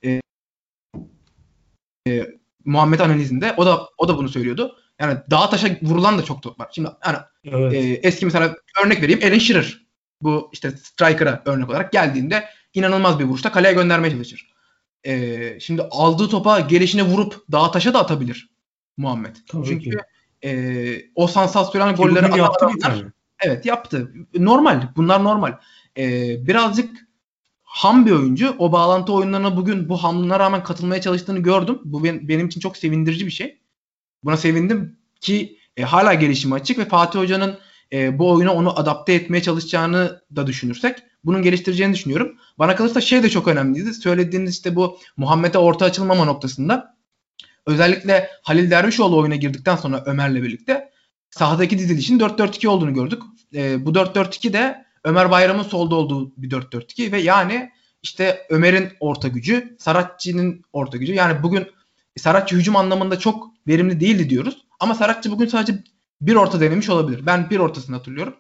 Muhammed analizinde o da bunu söylüyordu. Yani dağa taşa vurulan da çok top var. Şimdi yani eski mesela örnek vereyim Alan Shearer. Bu işte striker'a örnek olarak geldiğinde inanılmaz bir vuruşta kaleye göndermeye çalışır. Şimdi aldığı topa gelişine vurup dağa taşa da atabilir Muhammed. Tabii çünkü ki. O sansasyonel golleri atan yaptı bir adamlar. tane. Evet yaptı. Normal. Bunlar normal. Birazcık ham bir oyuncu. O bağlantı oyunlarına bugün bu hamlına rağmen katılmaya çalıştığını gördüm. Bu benim için çok sevindirici bir şey. Buna sevindim ki hala gelişimi açık ve Fatih Hoca'nın bu oyuna onu adapte etmeye çalışacağını da düşünürsek bunun geliştireceğini düşünüyorum. Bana kalırsa şey de çok önemliydi. Söylediğiniz işte bu Muhammed'e orta açılmama noktasında özellikle Halil Dervişoğlu oyuna girdikten sonra Ömer'le birlikte sahadaki dizilişin 4-4-2 olduğunu gördük. Bu 4-4-2 de Ömer Bayram'ın solda olduğu bir 4-4-2 ve yani işte Ömer'in orta gücü, Saratçı'nın orta gücü. Yani bugün Saratçı hücum anlamında çok verimli değildi diyoruz. Ama Saratçı bugün sadece bir orta denemiş olabilir. Ben bir ortasını hatırlıyorum.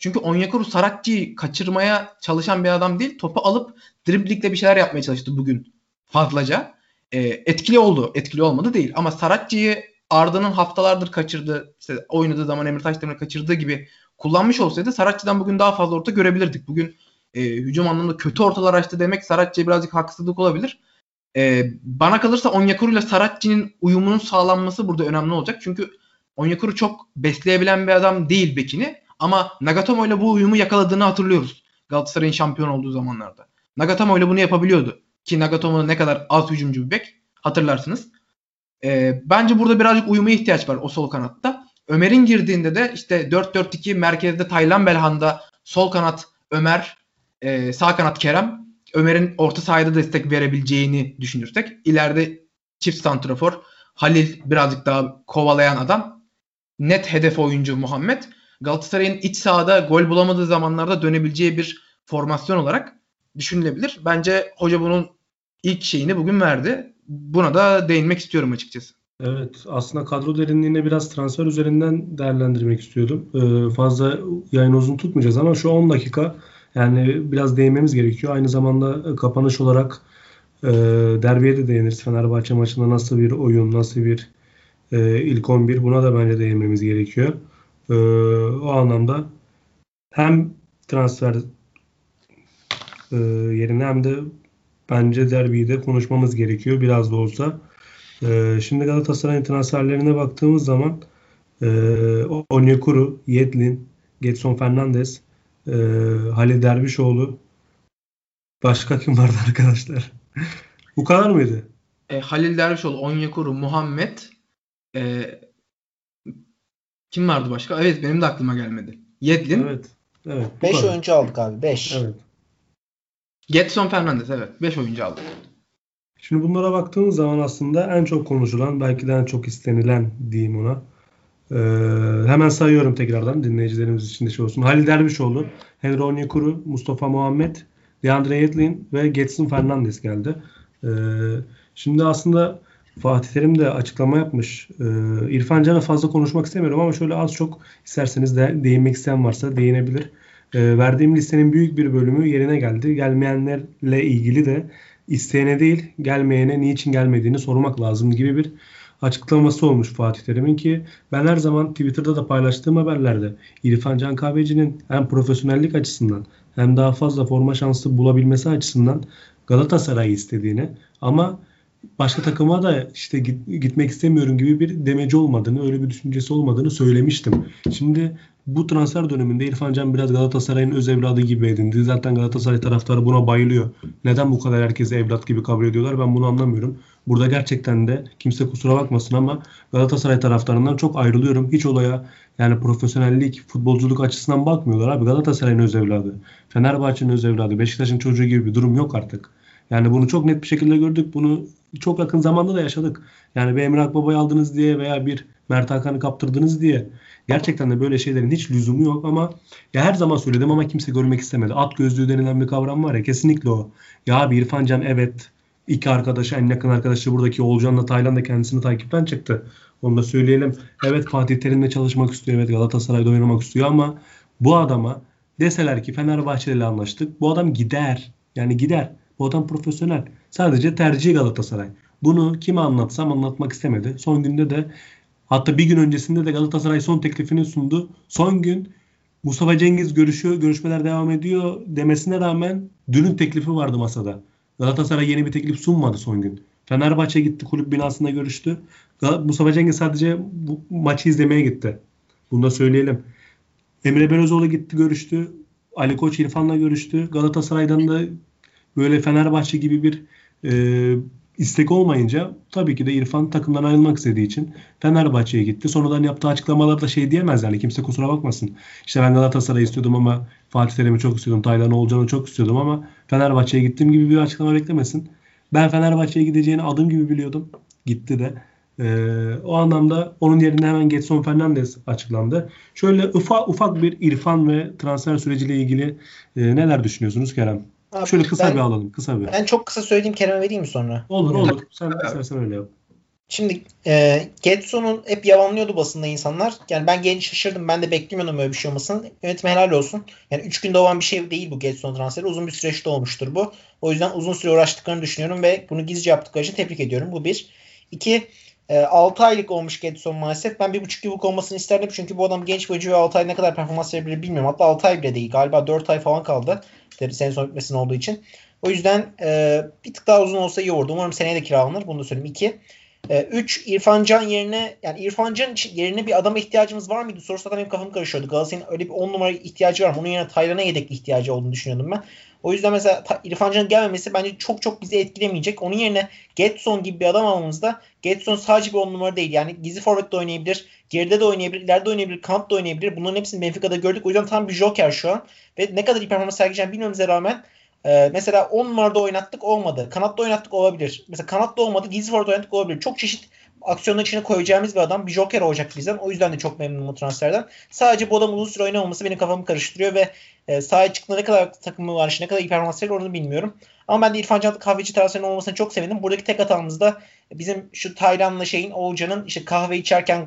Çünkü Onyekuru Saracchi'yi kaçırmaya çalışan bir adam değil. Topu alıp driblingle bir şeyler yapmaya çalıştı bugün fazlaca. Etkili oldu. Etkili olmadı değil. Ama Saracchi'yi Arda'nın haftalardır kaçırdığı, işte oynadığı zaman Emre Taşdemir'in kaçırdığı gibi kullanmış olsaydı Saracchi'den bugün daha fazla orta görebilirdik. Bugün hücum anlamında kötü ortalar açtı demek Saracchi'ye birazcık haksızlık olabilir. Bana kalırsa Onyekuru ile Saracchi'nin uyumunun sağlanması burada önemli olacak. Çünkü Onyekuru çok besleyebilen bir adam değil bekini. Ama Nagatomo ile bu uyumu yakaladığını hatırlıyoruz. Galatasaray'ın şampiyon olduğu zamanlarda. Nagatomo ile bunu yapabiliyordu. Ki Nagatomo ne kadar az hücumcu bir bek hatırlarsınız. Bence burada birazcık uyuma ihtiyaç var o sol kanatta. Ömer'in girdiğinde de işte 4-4-2 merkezde Taylan Belhanda, sol kanat Ömer, sağ kanat Kerem. Ömer'in orta sahada destek verebileceğini düşünürsek. İleride çift santrafor Halil birazcık daha kovalayan adam. Net hedef oyuncu Muhammed. Galatasaray'ın iç sahada gol bulamadığı zamanlarda dönebileceği bir formasyon olarak düşünülebilir. Bence hoca bunun ilk şeyini bugün verdi. Buna da değinmek istiyorum açıkçası. Evet, aslında kadro derinliğine biraz transfer üzerinden değerlendirmek istiyordum. Fazla yayın uzun tutmayacağız ama şu 10 dakika yani biraz değinmemiz gerekiyor. Aynı zamanda kapanış olarak derbiye de değiniriz. Fenerbahçe maçında nasıl bir oyun, nasıl bir ilk 11 buna da bence değinmemiz gerekiyor. O anlamda hem transfer yerine hem de bence derbiyi de konuşmamız gerekiyor biraz da olsa. Şimdi Galatasaray'ın transferlerine baktığımız zaman Onyekuru, Yedlin, Gedson Fernandes, Halil Dervişoğlu, başka kim vardı arkadaşlar? Bu kadar mıydı? Halil Dervişoğlu, Onyekuru, Muhammed, kim vardı başka? Evet, benim de aklıma gelmedi. Yedlin. Evet. 5 oyuncu aldık abi. 5. Evet. Gedson Fernandes, evet. 5 oyuncu aldık. Şimdi bunlara baktığımız zaman aslında en çok konuşulan, belki de en çok istenilen diyeyim ona. Hemen sayıyorum tekrardan dinleyicilerimiz için de şey olsun. Halil Dervişoğlu, Henry Onyekuru, Mustafa Muhammed, DeAndre Yedlin ve Gedson Fernandes geldi. Şimdi aslında Fatih Terim de açıklama yapmış. İrfan Can'a fazla konuşmak istemiyorum ama şöyle az çok isterseniz de değinmek isteyen varsa değinebilir. Verdiğim listenin büyük bir bölümü yerine geldi. Gelmeyenlerle ilgili de isteyene değil, gelmeyene niçin gelmediğini sormak lazım gibi bir açıklaması olmuş Fatih Terim'in ki ben her zaman Twitter'da da paylaştığım haberlerde İrfan Can Kahveci'nin hem profesyonellik açısından hem daha fazla forma şansı bulabilmesi açısından Galatasaray'ı istediğini ama başka takıma da işte gitmek istemiyorum gibi bir demeci olmadığını, öyle bir düşüncesi olmadığını söylemiştim. Şimdi bu transfer döneminde İrfan Can biraz Galatasaray'ın öz evladı gibi edindi. Zaten Galatasaray taraftarı buna bayılıyor. Neden bu kadar herkesi evlat gibi kabul ediyorlar? Ben bunu anlamıyorum. Burada gerçekten de kimse kusura bakmasın ama Galatasaray taraftarından çok ayrılıyorum. Hiç olaya yani profesyonellik, futbolculuk açısından bakmıyorlar abi. Galatasaray'ın öz evladı, Fenerbahçe'nin öz evladı, Beşiktaş'ın çocuğu gibi bir durum yok artık. Yani bunu çok net bir şekilde gördük. Bunu çok yakın zamanda da yaşadık. Yani bir Emre Akbaba'yı aldınız diye veya bir Mert Hakan'ı kaptırdınız diye gerçekten de böyle şeylerin hiç lüzumu yok ama ya her zaman söyledim ama kimse görmek istemedi. At gözlüğü denilen bir kavram var ya, kesinlikle o. Ya abi İrfan Can evet iki arkadaşı, en yakın arkadaşı buradaki Oğulcan'la Taylan da kendisini takipten çıktı. Onu da söyleyelim. Evet Fatih Terim'le çalışmak istiyor. Evet Galatasaray'da oynamak istiyor ama bu adama deseler ki Fenerbahçe'yle anlaştık. Bu adam gider. Yani gider. Bu adam profesyonel. Sadece tercihi Galatasaray. Bunu kime anlatsam anlatmak istemedi. Son günde de hatta bir gün öncesinde de Galatasaray son teklifini sundu. Son gün Mustafa Cengiz görüşüyor, görüşmeler devam ediyor demesine rağmen dünün teklifi vardı masada. Galatasaray yeni bir teklif sunmadı son gün. Fenerbahçe gitti, kulüp binasında görüştü. Mustafa Cengiz sadece bu maçı izlemeye gitti. Bunu da söyleyelim. Emre Belözoğlu gitti, görüştü. Ali Koç İrfan'la görüştü. Galatasaray'dan da böyle Fenerbahçe gibi bir istek olmayınca tabii ki de İrfan takımdan ayrılmak istediği için Fenerbahçe'ye gitti. Sonradan yaptığı açıklamalarda şey diyemez yani, kimse kusura bakmasın. İşte ben Galatasaray'ı istiyordum ama Fatih Terim'i çok istiyordum. Taylan Oğulcan'ı çok istiyordum ama Fenerbahçe'ye gittim gibi bir açıklama beklemesin. Ben Fenerbahçe'ye gideceğini adım gibi biliyordum. Gitti de. O anlamda onun yerine hemen Gedson Fernandes açıklandı. Şöyle ufak bir İrfan ve transfer süreciyle ilgili neler düşünüyorsunuz Kerem? Abi, şöyle kısa bir alalım. Kısa bir. Ben çok kısa söyleyeyim, Kerem'e vereyim mi sonra? Olur. Sen istersen öyle yap. Şimdi Getson'un hep yalanlıyordu basında insanlar. Yani ben genç şaşırdım. Ben de beklemiyordum böyle bir şey olmasını. Yönetime helal olsun. Yani 3 günde olan bir şey değil bu Getson transferi. Uzun bir süreçte olmuştur bu. O yüzden uzun süre uğraştıklarını düşünüyorum ve bunu gizlice yaptıkları için tebrik ediyorum. Bu bir. İki, 6 aylık olmuş Getson maalesef. Ben 1,5 yıllık olmasını isterdim. Çünkü bu adam genç bir oyuncu ve 6 ay ne kadar performans verebilir bilmiyorum. Hatta 6 ay bile değil. Galiba 4 ay falan kaldı. İşte sene son bitmesinin olduğu için. O yüzden bir tık daha uzun olsa iyi olurdu. Umarım seneye de kiralanır. Bunu da söyleyeyim. 2. 3 İrfan Can yerine, yani İrfan Can yerine bir adama ihtiyacımız var mıydı sorusu da benim kafam karışıyordu. Galatasaray'ın öyle bir 10 numara ihtiyacı var mı? Onun yerine Taylan'a yedekli ihtiyacı olduğunu düşünüyordum ben. O yüzden mesela İrfan Can'ın gelmemesi bence çok çok bizi etkilemeyecek. Onun yerine Getson gibi bir adam almamızda, Getson sadece bir 10 numara değil. Yani gizli forvet de oynayabilir, geride de oynayabilir, ileride oynayabilir, kanatta oynayabilir. Bunların hepsini Benfica'da gördük. O yüzden tam bir joker şu an. Ve ne kadar iyi performans sergileyeceğini bilmemize rağmen mesela 10 numarada oynattık olmadı. Kanatta oynattık olabilir. Mesela kanatta olmadı. Gizli forvet oynattık olabilir. Çok çeşit aksiyonun içine koyacağımız bir adam. Bir joker olacak bizden. O yüzden de çok memnunum o transferden. Sadece bu adam uzun süre oynamaması benim kafamı karıştırıyor ve sahaya çıktığında ne kadar takımı var, ne kadar iyi performans verir onu bilmiyorum. Ama ben de İrfan Can Kahveci transferinin olmasına çok sevindim. Buradaki tek hatamız da bizim şu Taylan'la Oğulcan'ın işte kahve içerken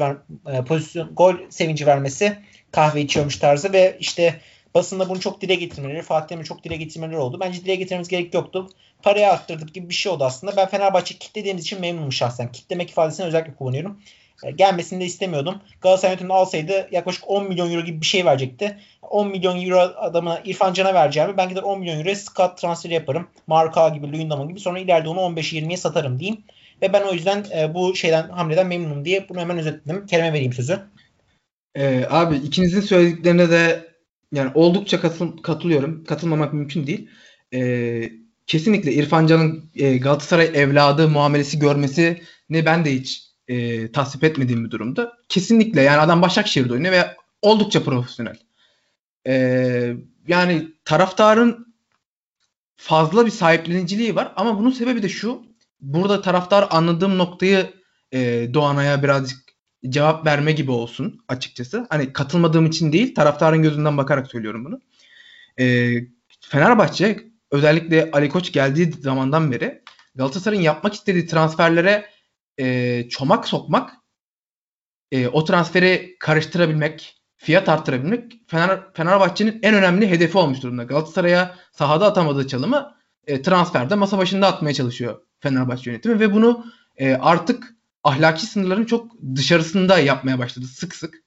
gol sevinci vermesi, kahve içiyormuş tarzı ve işte basında bunu çok dile getirmeleri, Fatih Terim'i çok dile getirmeleri oldu. Bence dile getirmemiz gerek yoktu. Parayı arttırdık gibi bir şey oldu aslında. Ben Fenerbahçe kitlediğimiz için memnunum şahsen. Kitlemek ifadesini özellikle kullanıyorum. Gelmesini de istemiyordum. Galatasaray yönetimi alsaydı yaklaşık 10 milyon euro gibi bir şey verecekti. 10 milyon euro adamına İrfan Can'a vereceğimi ben gider 10 milyon euroya Scott transferi yaparım. Marka gibi, Luyendam'a gibi. Sonra ileride onu 15-20'ye satarım diyeyim. Ve ben o yüzden bu hamleden memnunum diye bunu hemen özetledim. Kerem'e vereyim sözü. Abi ikinizin söylediklerine de yani oldukça katılıyorum. Katılmamak mümkün değil. Kesinlikle İrfan Can'ın Galatasaray evladı muamelesi görmesini ben de hiç tasvip etmediğim bir durumda. Kesinlikle yani adam Başakşehir'de oynuyor ve oldukça profesyonel. Yani taraftarın fazla bir sahipleniciliği var ama bunun sebebi de şu. Burada taraftar anladığım noktayı Doğanay'a birazcık cevap verme gibi olsun açıkçası. Hani katılmadığım için değil, taraftarın gözünden bakarak söylüyorum bunu. Fenerbahçe özellikle Ali Koç geldiği zamandan beri Galatasaray'ın yapmak istediği transferlere çomak sokmak, o transferi karıştırabilmek, fiyat arttırabilmek Fenerbahçe'nin en önemli hedefi olmuş durumda. Galatasaray'a sahada atamadığı çalımı transferde masa başında atmaya çalışıyor Fenerbahçe yönetimi ve bunu artık ahlaki sınırların çok dışarısında yapmaya başladı sık sık.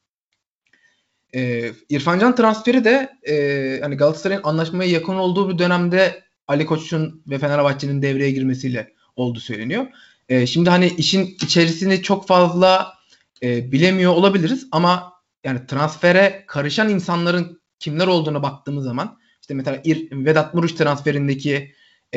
İrfan Can transferi de hani Galatasaray'ın anlaşmaya yakın olduğu bir dönemde Ali Koç'un ve Fenerbahçe'nin devreye girmesiyle oldu söyleniyor. Şimdi hani işin içerisini çok fazla bilemiyor olabiliriz ama yani transfere karışan insanların kimler olduğuna baktığımız zaman işte mesela Vedat Muriç transferindeki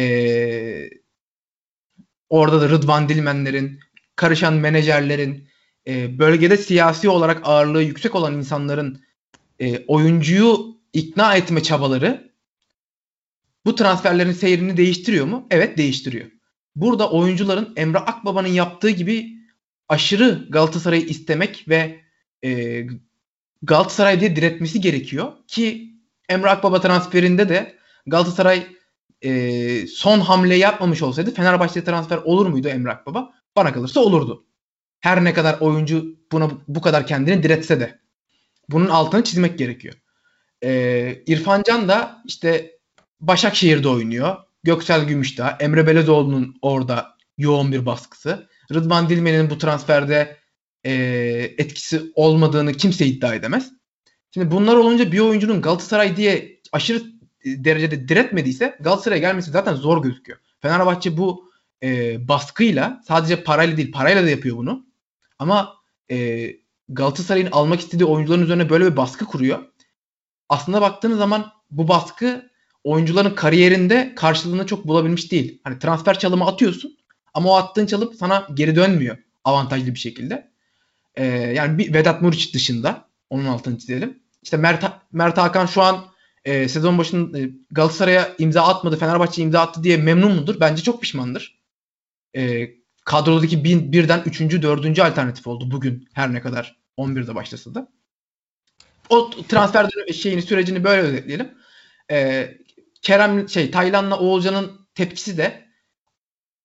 orada da Rıdvan Dilmenlerin, karışan menajerlerin, bölgede siyasi olarak ağırlığı yüksek olan insanların oyuncuyu ikna etme çabaları bu transferlerin seyrini değiştiriyor mu? Evet, değiştiriyor. Burada oyuncuların Emre Akbaba'nın yaptığı gibi aşırı Galatasaray'ı istemek ve Galatasaray diye diretmesi gerekiyor ki Emre Akbaba transferinde de Galatasaray son hamle yapmamış olsaydı Fenerbahçe transfer olur muydu Emre Akbaba? Bana kalırsa olurdu. Her ne kadar oyuncu buna bu kadar kendini diretse de. Bunun altını çizmek gerekiyor. İrfan Can da işte Başakşehir'de oynuyor. Göksel Gümüşdağ, Emre Belezoğlu'nun orada yoğun bir baskısı. Rıdvan Dilmen'in bu transferde etkisi olmadığını kimse iddia edemez. Şimdi bunlar olunca bir oyuncunun Galatasaray diye aşırı derecede diretmediyse Galatasaray'a gelmesi zaten zor gözüküyor. Fenerbahçe bu baskıyla sadece parayla değil, parayla da yapıyor bunu. Ama Galatasaray'ın almak istediği oyuncuların üzerine böyle bir baskı kuruyor. Aslında baktığınız zaman bu baskı oyuncuların kariyerinde karşılığını çok bulabilmiş değil. Hani transfer çalımı atıyorsun ama o attığın çalım sana geri dönmüyor avantajlı bir şekilde. Yani bir Vedat Muriç dışında onun altını çizelim. İşte Mert Hakan şu an sezon başında Galatasaray'a imza atmadı, Fenerbahçe imza attı diye memnun mudur? Bence çok pişmandır. Kadrodaki birden 3. 4. alternatif oldu bugün her ne kadar 11'de başlasa da. O transfer sürecini böyle özetleyelim. Taylan'la Oğulcan'ın tepkisi de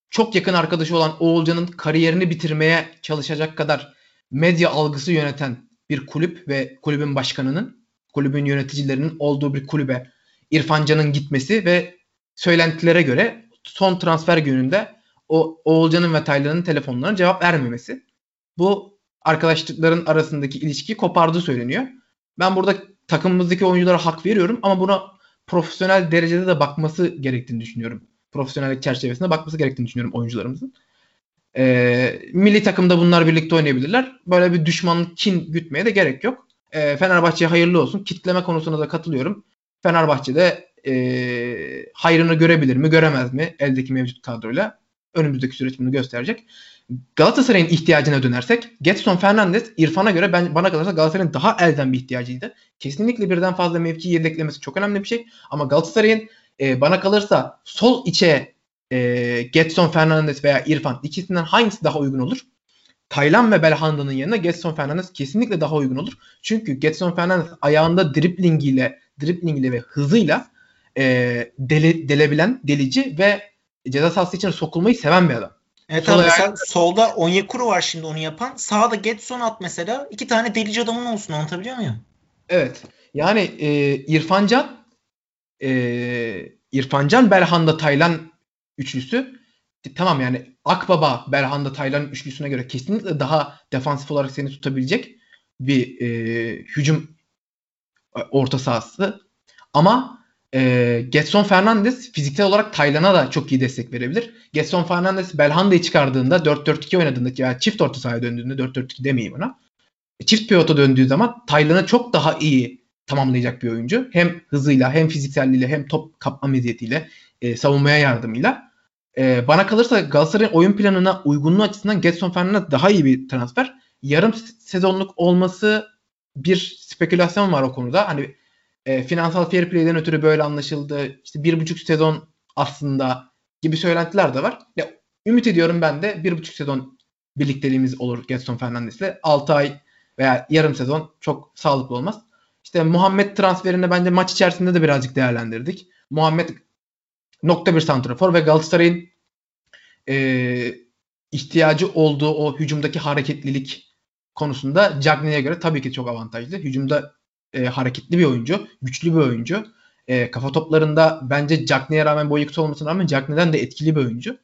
çok yakın arkadaşı olan Oğulcan'ın kariyerini bitirmeye çalışacak kadar medya algısı yöneten bir kulüp ve kulübün başkanının, kulübün yöneticilerinin olduğu bir kulübe İrfan Can'ın gitmesi ve söylentilere göre son transfer gününde Oğulcan'ın ve Taylan'ın telefonlarına cevap vermemesi. Bu arkadaşlıkların arasındaki ilişkiyi kopardığı söyleniyor. Ben burada takımımızdaki oyunculara hak veriyorum ama buna profesyonel derecede de bakması gerektiğini düşünüyorum. Profesyonellik çerçevesinde bakması gerektiğini düşünüyorum oyuncularımızın. Milli takımda bunlar birlikte oynayabilirler. Böyle bir düşmanlık, kin gütmeye de gerek yok. Fenerbahçe'ye hayırlı olsun. Kitleme konusuna da katılıyorum. Fenerbahçe'de hayrını görebilir mi, göremez mi eldeki mevcut kadroyla? Önümüzdeki süreç bunu gösterecek. Galatasaray'ın ihtiyacına dönersek, Gedson Fernandes İrfan'a göre bana kalırsa Galatasaray'ın daha elden bir ihtiyacıydı. Kesinlikle birden fazla mevki yedeklemesi çok önemli bir şey. Ama Galatasaray'ın bana kalırsa sol içe Gedson Fernandes veya İrfan, ikisinden hangisi daha uygun olur? Taylan ve Belhanda'nın yanına Gedson Fernandes kesinlikle daha uygun olur. Çünkü Gedson Fernandes ayağında driblingiyle ve hızıyla delebilen, delici ve ceza sahası içine sokulmayı seven bir adam. Evet abi, mesela solda Onyekuru var şimdi onu yapan. Sağda Gedson at mesela. 2 tane delici adamın olsun, anlatabiliyor muyum? Evet. Yani İrfan Can, Belhanda, Taylan üçlüsü, tamam yani Akbaba, Belhanda, Taylan üçlüsüne göre kesinlikle daha defansif olarak seni tutabilecek bir hücum orta sahası. Ama Gedson Fernandes fiziksel olarak Taylan'a da çok iyi destek verebilir. Gedson Fernandes Belhanda'yı çıkardığında, 4-4-2 oynadığında veya çift orta sahaya döndüğünde, 4-4-2 demeyeyim ona, çift pivota döndüğü zaman Taylan'ı çok daha iyi tamamlayacak bir oyuncu. Hem hızıyla, hem fizikselliğiyle, hem top kapma meziyetiyle, savunmaya yardımıyla. Bana kalırsa Galatasaray'ın oyun planına uygunluğu açısından Gedson Fernandes daha iyi bir transfer. Yarım sezonluk olması, bir spekülasyon var o konuda. Hani finansal fair play'den ötürü böyle anlaşıldı. İşte 1,5 sezon aslında gibi söylentiler de var. Ya, ümit ediyorum ben de 1,5 sezon birlikteliğimiz olur Gedson Fernandes'le. 6 ay veya yarım sezon çok sağlıklı olmaz. İşte Muhammed transferini bence maç içerisinde de birazcık değerlendirdik. Muhammed nokta bir santrafor ve Galatasaray'ın ihtiyacı olduğu o hücumdaki hareketlilik konusunda Cagney'e göre tabii ki çok avantajlı. Hücumda hareketli bir oyuncu, güçlü bir oyuncu. Kafa toplarında bence Cagney'e rağmen, boyu kısa olmasına rağmen Cagney'den de etkili bir oyuncu.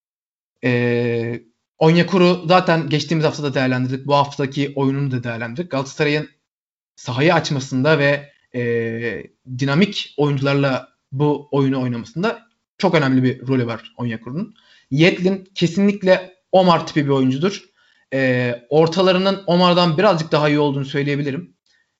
Onyekuru zaten geçtiğimiz haftada değerlendirdik. Bu haftaki oyununu da değerlendirdik. Galatasaray'ın sahayı açmasında ve dinamik oyuncularla bu oyunu oynamasında çok önemli bir rolü var Onyekuru'nun. Yedlin kesinlikle Omar tipi bir oyuncudur. Ortalarının Omar'dan birazcık daha iyi olduğunu söyleyebilirim.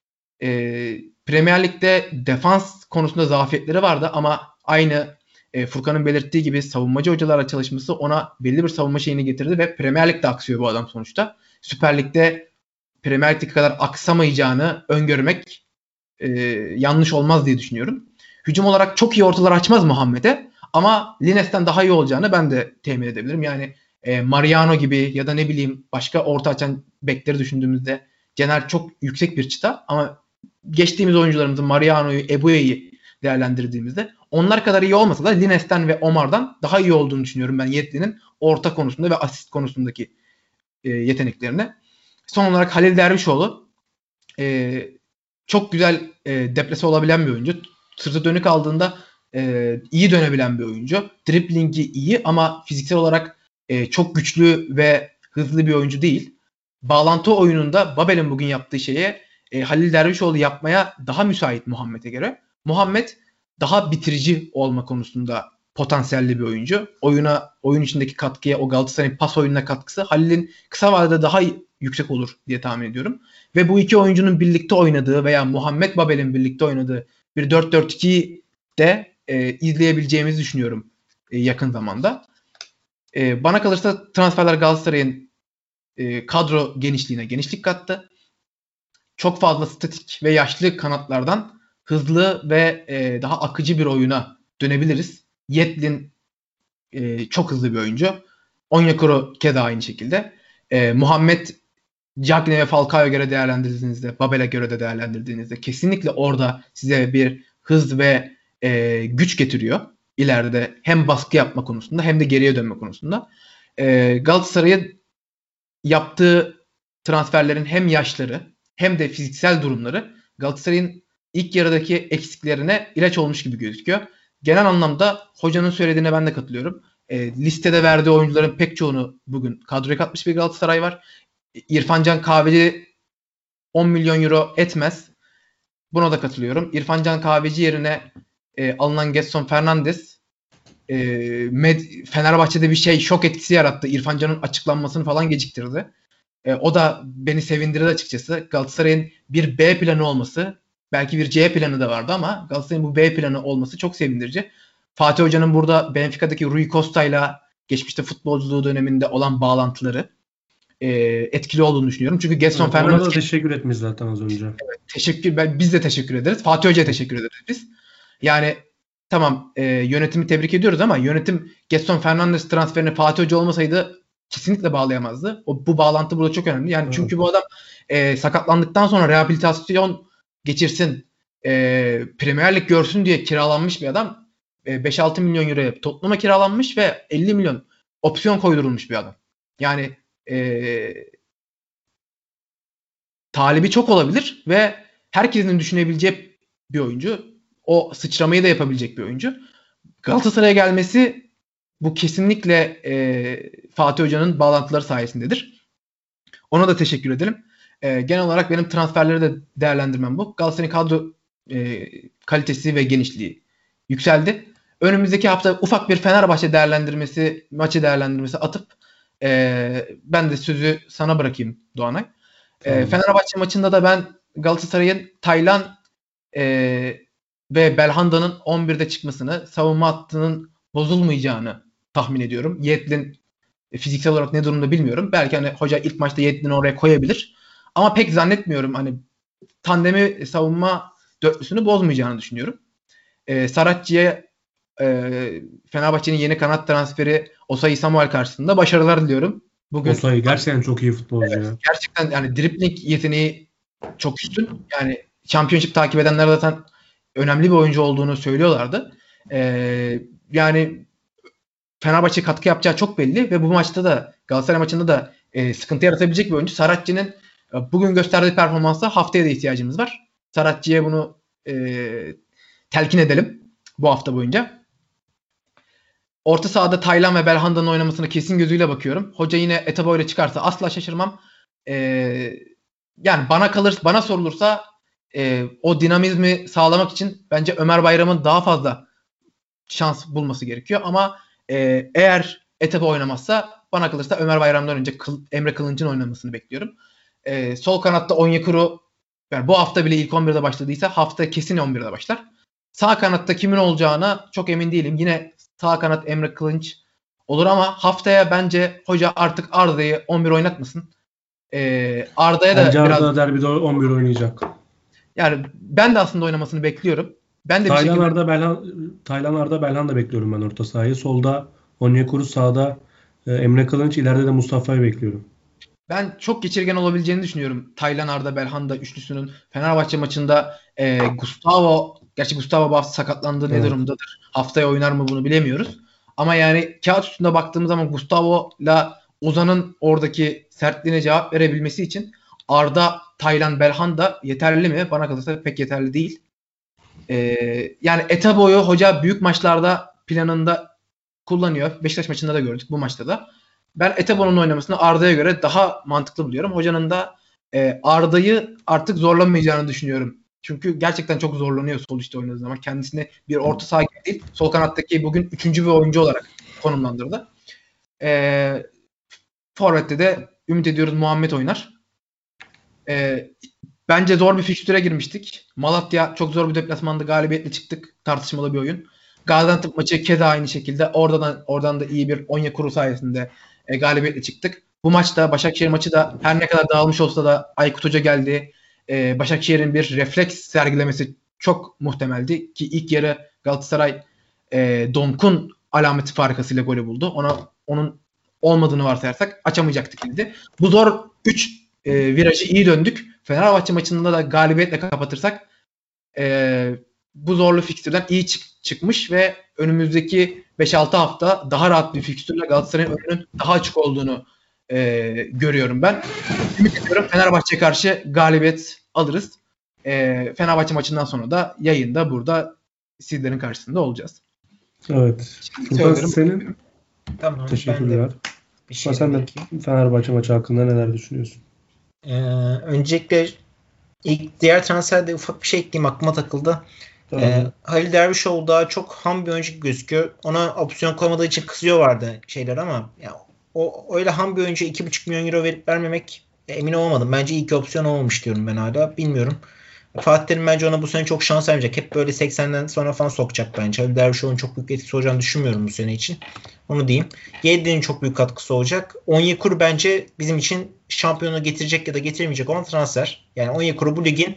Premier Lig'de defans konusunda zafiyetleri vardı ama aynı Furkan'ın belirttiği gibi savunmacı hocalarla çalışması ona belli bir savunma şeyini getirdi ve Premier Lig'de aksıyor bu adam sonuçta. Süper Lig'de Premier Lig'deki kadar aksamayacağını öngörmek yanlış olmaz diye düşünüyorum. Hücum olarak çok iyi ortalar açmaz Muhammed'e ama Lines'ten daha iyi olacağını ben de temin edebilirim. Yani Mariano gibi ya da ne bileyim başka orta açan bekleri düşündüğümüzde Caner çok yüksek bir çıta ama geçtiğimiz oyuncularımızın Mariano'yu, Ebue'yi değerlendirdiğimizde onlar kadar iyi olmasa da Lines'ten ve Omar'dan daha iyi olduğunu düşünüyorum ben Yetli'nin orta konusunda ve asist konusundaki yeteneklerine. Son olarak Halil Dervişoğlu çok güzel deplase olabilen bir oyuncu. Sırtı dönük aldığında iyi dönebilen bir oyuncu. Driblingi iyi ama fiziksel olarak çok güçlü ve hızlı bir oyuncu değil. Bağlantı oyununda Babel'in bugün yaptığı şeye Halil Dervişoğlu yapmaya daha müsait Muhammed'e göre. Muhammed daha bitirici olma konusunda potansiyelli bir oyuncu. Oyun içindeki katkıya, o Galatasaray'ın pas oyununa katkısı Halil'in kısa vadede daha yüksek olur diye tahmin ediyorum. Ve bu iki oyuncunun birlikte oynadığı veya Muhammed Babel'in birlikte oynadığı bir 4-4-2'yi de izleyebileceğimizi düşünüyorum yakın zamanda. Bana kalırsa transferler Galatasaray'ın kadro genişliğine genişlik kattı. Çok fazla statik ve yaşlı kanatlardan hızlı ve daha akıcı bir oyuna dönebiliriz. Yedlin çok hızlı bir oyuncu. Onyekuru keza aynı şekilde. Muhammed Cagney ve Falcao'ya göre değerlendirdiğinizde, Babel'e göre de değerlendirdiğinizde kesinlikle orada size bir hız ve güç getiriyor. ileride hem baskı yapma konusunda hem de geriye dönme konusunda. Galatasaray'ın yaptığı transferlerin hem yaşları hem de fiziksel durumları Galatasaray'ın ilk yarıdaki eksiklerine ilaç olmuş gibi gözüküyor. Genel anlamda hocanın söylediğine ben de katılıyorum. Listede verdiği oyuncuların pek çoğunu bugün kadroya katmış bir Galatasaray var. İrfan Can Kahveci 10 milyon euro etmez. Buna da katılıyorum. İrfan Can Kahveci yerine alınan Gedson Fernandes Fenerbahçe'de bir şok etkisi yarattı. İrfan Can'ın açıklanmasını falan geciktirdi. O da beni sevindirdi açıkçası. Galatasaray'ın bir B planı olması, belki bir C planı da vardı ama Galatasaray'ın bu B planı olması çok sevindirici. Fatih Hoca'nın burada Benfica'daki Rui Costa'yla geçmişte futbolculuğu döneminde olan bağlantıları etkili olduğunu düşünüyorum. Çünkü Gedson Fernandes... Ona da teşekkür etmiş zaten az önce. Evet, biz de teşekkür ederiz. Fatih Hoca'ya teşekkür ederiz biz. Yani tamam yönetimi tebrik ediyoruz ama yönetim Gedson Fernandes transferine Fatih Hoca olmasaydı kesinlikle bağlayamazdı. Bu bağlantı burada çok önemli. Yani çünkü bu adam sakatlandıktan sonra rehabilitasyon geçirsin, Premier Lig görsün diye kiralanmış bir adam. 5-6 milyon euroya Tottenham'a kiralanmış ve 50 milyon opsiyon koydurulmuş bir adam. Yani talibi çok olabilir ve herkesin düşünebileceği bir oyuncu. O sıçramayı da yapabilecek bir oyuncu. Galatasaray'a gelmesi bu kesinlikle Fatih Hoca'nın bağlantıları sayesindedir. Ona da teşekkür edelim. Genel olarak benim transferleri de değerlendirmem bu. Galatasaray'ın kadro kalitesi ve genişliği yükseldi. Önümüzdeki hafta ufak bir Fenerbahçe maçı değerlendirmesi atıp ben de sözü sana bırakayım Doğanay. Fenerbahçe maçında da ben Galatasaray'ın Taylan ve Belhanda'nın 11'de çıkmasını, savunma hattının bozulmayacağını tahmin ediyorum. Yiğit'in fiziksel olarak ne durumda bilmiyorum. Belki hani hoca ilk maçta Yiğit'ini oraya koyabilir. Ama pek zannetmiyorum. Hani tandemi savunma dörtlüsünü bozmayacağını düşünüyorum. Saratçı'ya Fenerbahçe'nin yeni kanat transferi Osayi Samuel karşısında başarılar diliyorum. Bugün Osayi gerçekten çok iyi futbolcu ya. Gerçekten yani dribling yeteneği çok üstün. Yani Championship takip edenler zaten önemli bir oyuncu olduğunu söylüyorlardı. Yani Fenerbahçe katkı yapacağı çok belli ve bu maçta da Galatasaray maçında da sıkıntı yaratabilecek bir oyuncu. Saratçı'nın bugün gösterdiği performansa haftaya da ihtiyacımız var. Saratçı'ya bunu telkin edelim bu hafta boyunca. Orta sahada Taylan ve Belhanda'nın oynamasına kesin gözüyle bakıyorum. Hoca yine Etebo ile çıkarsa asla şaşırmam. Yani bana sorulursa o dinamizmi sağlamak için bence Ömer Bayram'ın daha fazla şans bulması gerekiyor. Ama eğer Etebo oynamazsa bana kalırsa Ömer Bayram'dan önce Emre Kılınç'ın oynamasını bekliyorum. Sol kanatta Onyekuru yani bu hafta bile ilk 11'de başladıysa hafta kesin 11'de başlar. Sağ kanatta kimin olacağına çok emin değilim. Yine sağ kanat Emre Kılınç olur ama haftaya bence hoca artık Arda'yı 11 oynatmasın. Arda'ya da bence biraz... Arda derbide 11 oynayacak. Yani ben de aslında oynamasını bekliyorum. Ben de Taylan Arda Belhanda bekliyorum ben orta sahayı. Solda Onyekuru, sağda Emre Kılınç, ileride de Mustafa'yı bekliyorum. Ben çok geçirgen olabileceğini düşünüyorum. Taylan Arda Belhanda üçlüsünün Fenerbahçe maçında Gustavo bu hafta sakatlandı, ne durumdadır? Haftaya oynar mı bunu bilemiyoruz. Ama yani kağıt üstünde baktığımız zaman Gustavo'la Ozan'ın oradaki sertliğine cevap verebilmesi için Arda, Taylan, Belhanda yeterli mi? Bana kalırsa pek yeterli değil. Yani Etebo'yu hoca büyük maçlarda planında kullanıyor. Beşiktaş maçında da gördük, bu maçta da. Ben Etebo'nun oynamasını Arda'ya göre daha mantıklı buluyorum. Hocanın da Arda'yı artık zorlamayacağını düşünüyorum. Çünkü gerçekten çok zorlanıyor sol üstte oynadığı zaman. Kendisini bir orta saha gibi değil, sol kanattaki bugün 3. bir oyuncu olarak konumlandırdı. Forvet'te de ümit ediyoruz Muhammed oynar. Bence zor bir fikstüre girmiştik. Malatya çok zor bir deplasmanda galibiyetle çıktık. Tartışmalı bir oyun. Gaziantep maçı keza aynı şekilde. Oradan da iyi bir Onyekuru sayesinde galibiyetle çıktık. Bu maçta Başakşehir maçı da her ne kadar dağılmış olsa da Aykut Hoca geldi. Başakşehir'in bir refleks sergilemesi çok muhtemeldi ki ilk yarı Galatasaray Donk'un alameti farikasıyla golü buldu. Onun olmadığını varsayarsak açamayacaktık kilidi. Bu zor 3 virajı iyi döndük. Fenerbahçe maçında da galibiyetle kapatırsak bu zorlu fikstürden iyi çıkmış ve önümüzdeki 5-6 hafta daha rahat bir fikstürle Galatasaray'ın önünün daha açık olduğunu görüyorum ben. Ümit ediyorum Fenerbahçe'ye karşı galibiyet alırız. Fenerbahçe maçından sonra da yayında burada sizlerin karşısında olacağız. Evet. Furkan senin tamam, teşekkürler. Bir şey sen de Fenerbahçe maçı hakkında neler düşünüyorsun? Öncelikle ilk diğer transferde ufak bir şey ekleyeyim, aklıma takıldı. Halil Dervişoğlu daha çok ham bir oyuncu gözüküyor. Ona opsiyon koymadığı için kızıyorlardı şeyler ama ya, o öyle ham bir oyuncu 2,5 milyon euro verip vermemek emin olamadım. Bence iyi ki opsiyon olmamış diyorum ben hala. Bilmiyorum. Fatih Terim bence ona bu sene çok şans vermeyecek. Hep böyle 80'den sonra falan sokacak bence. Halil Dervişoğlu'nun çok büyük etkisi olacağını düşünmüyorum bu sene için. Onu diyeyim. Yedlin'in çok büyük katkısı olacak. Onyekuru bence bizim için şampiyonu getirecek ya da getirmeyecek olan transfer. Yani Onyekuru bu ligin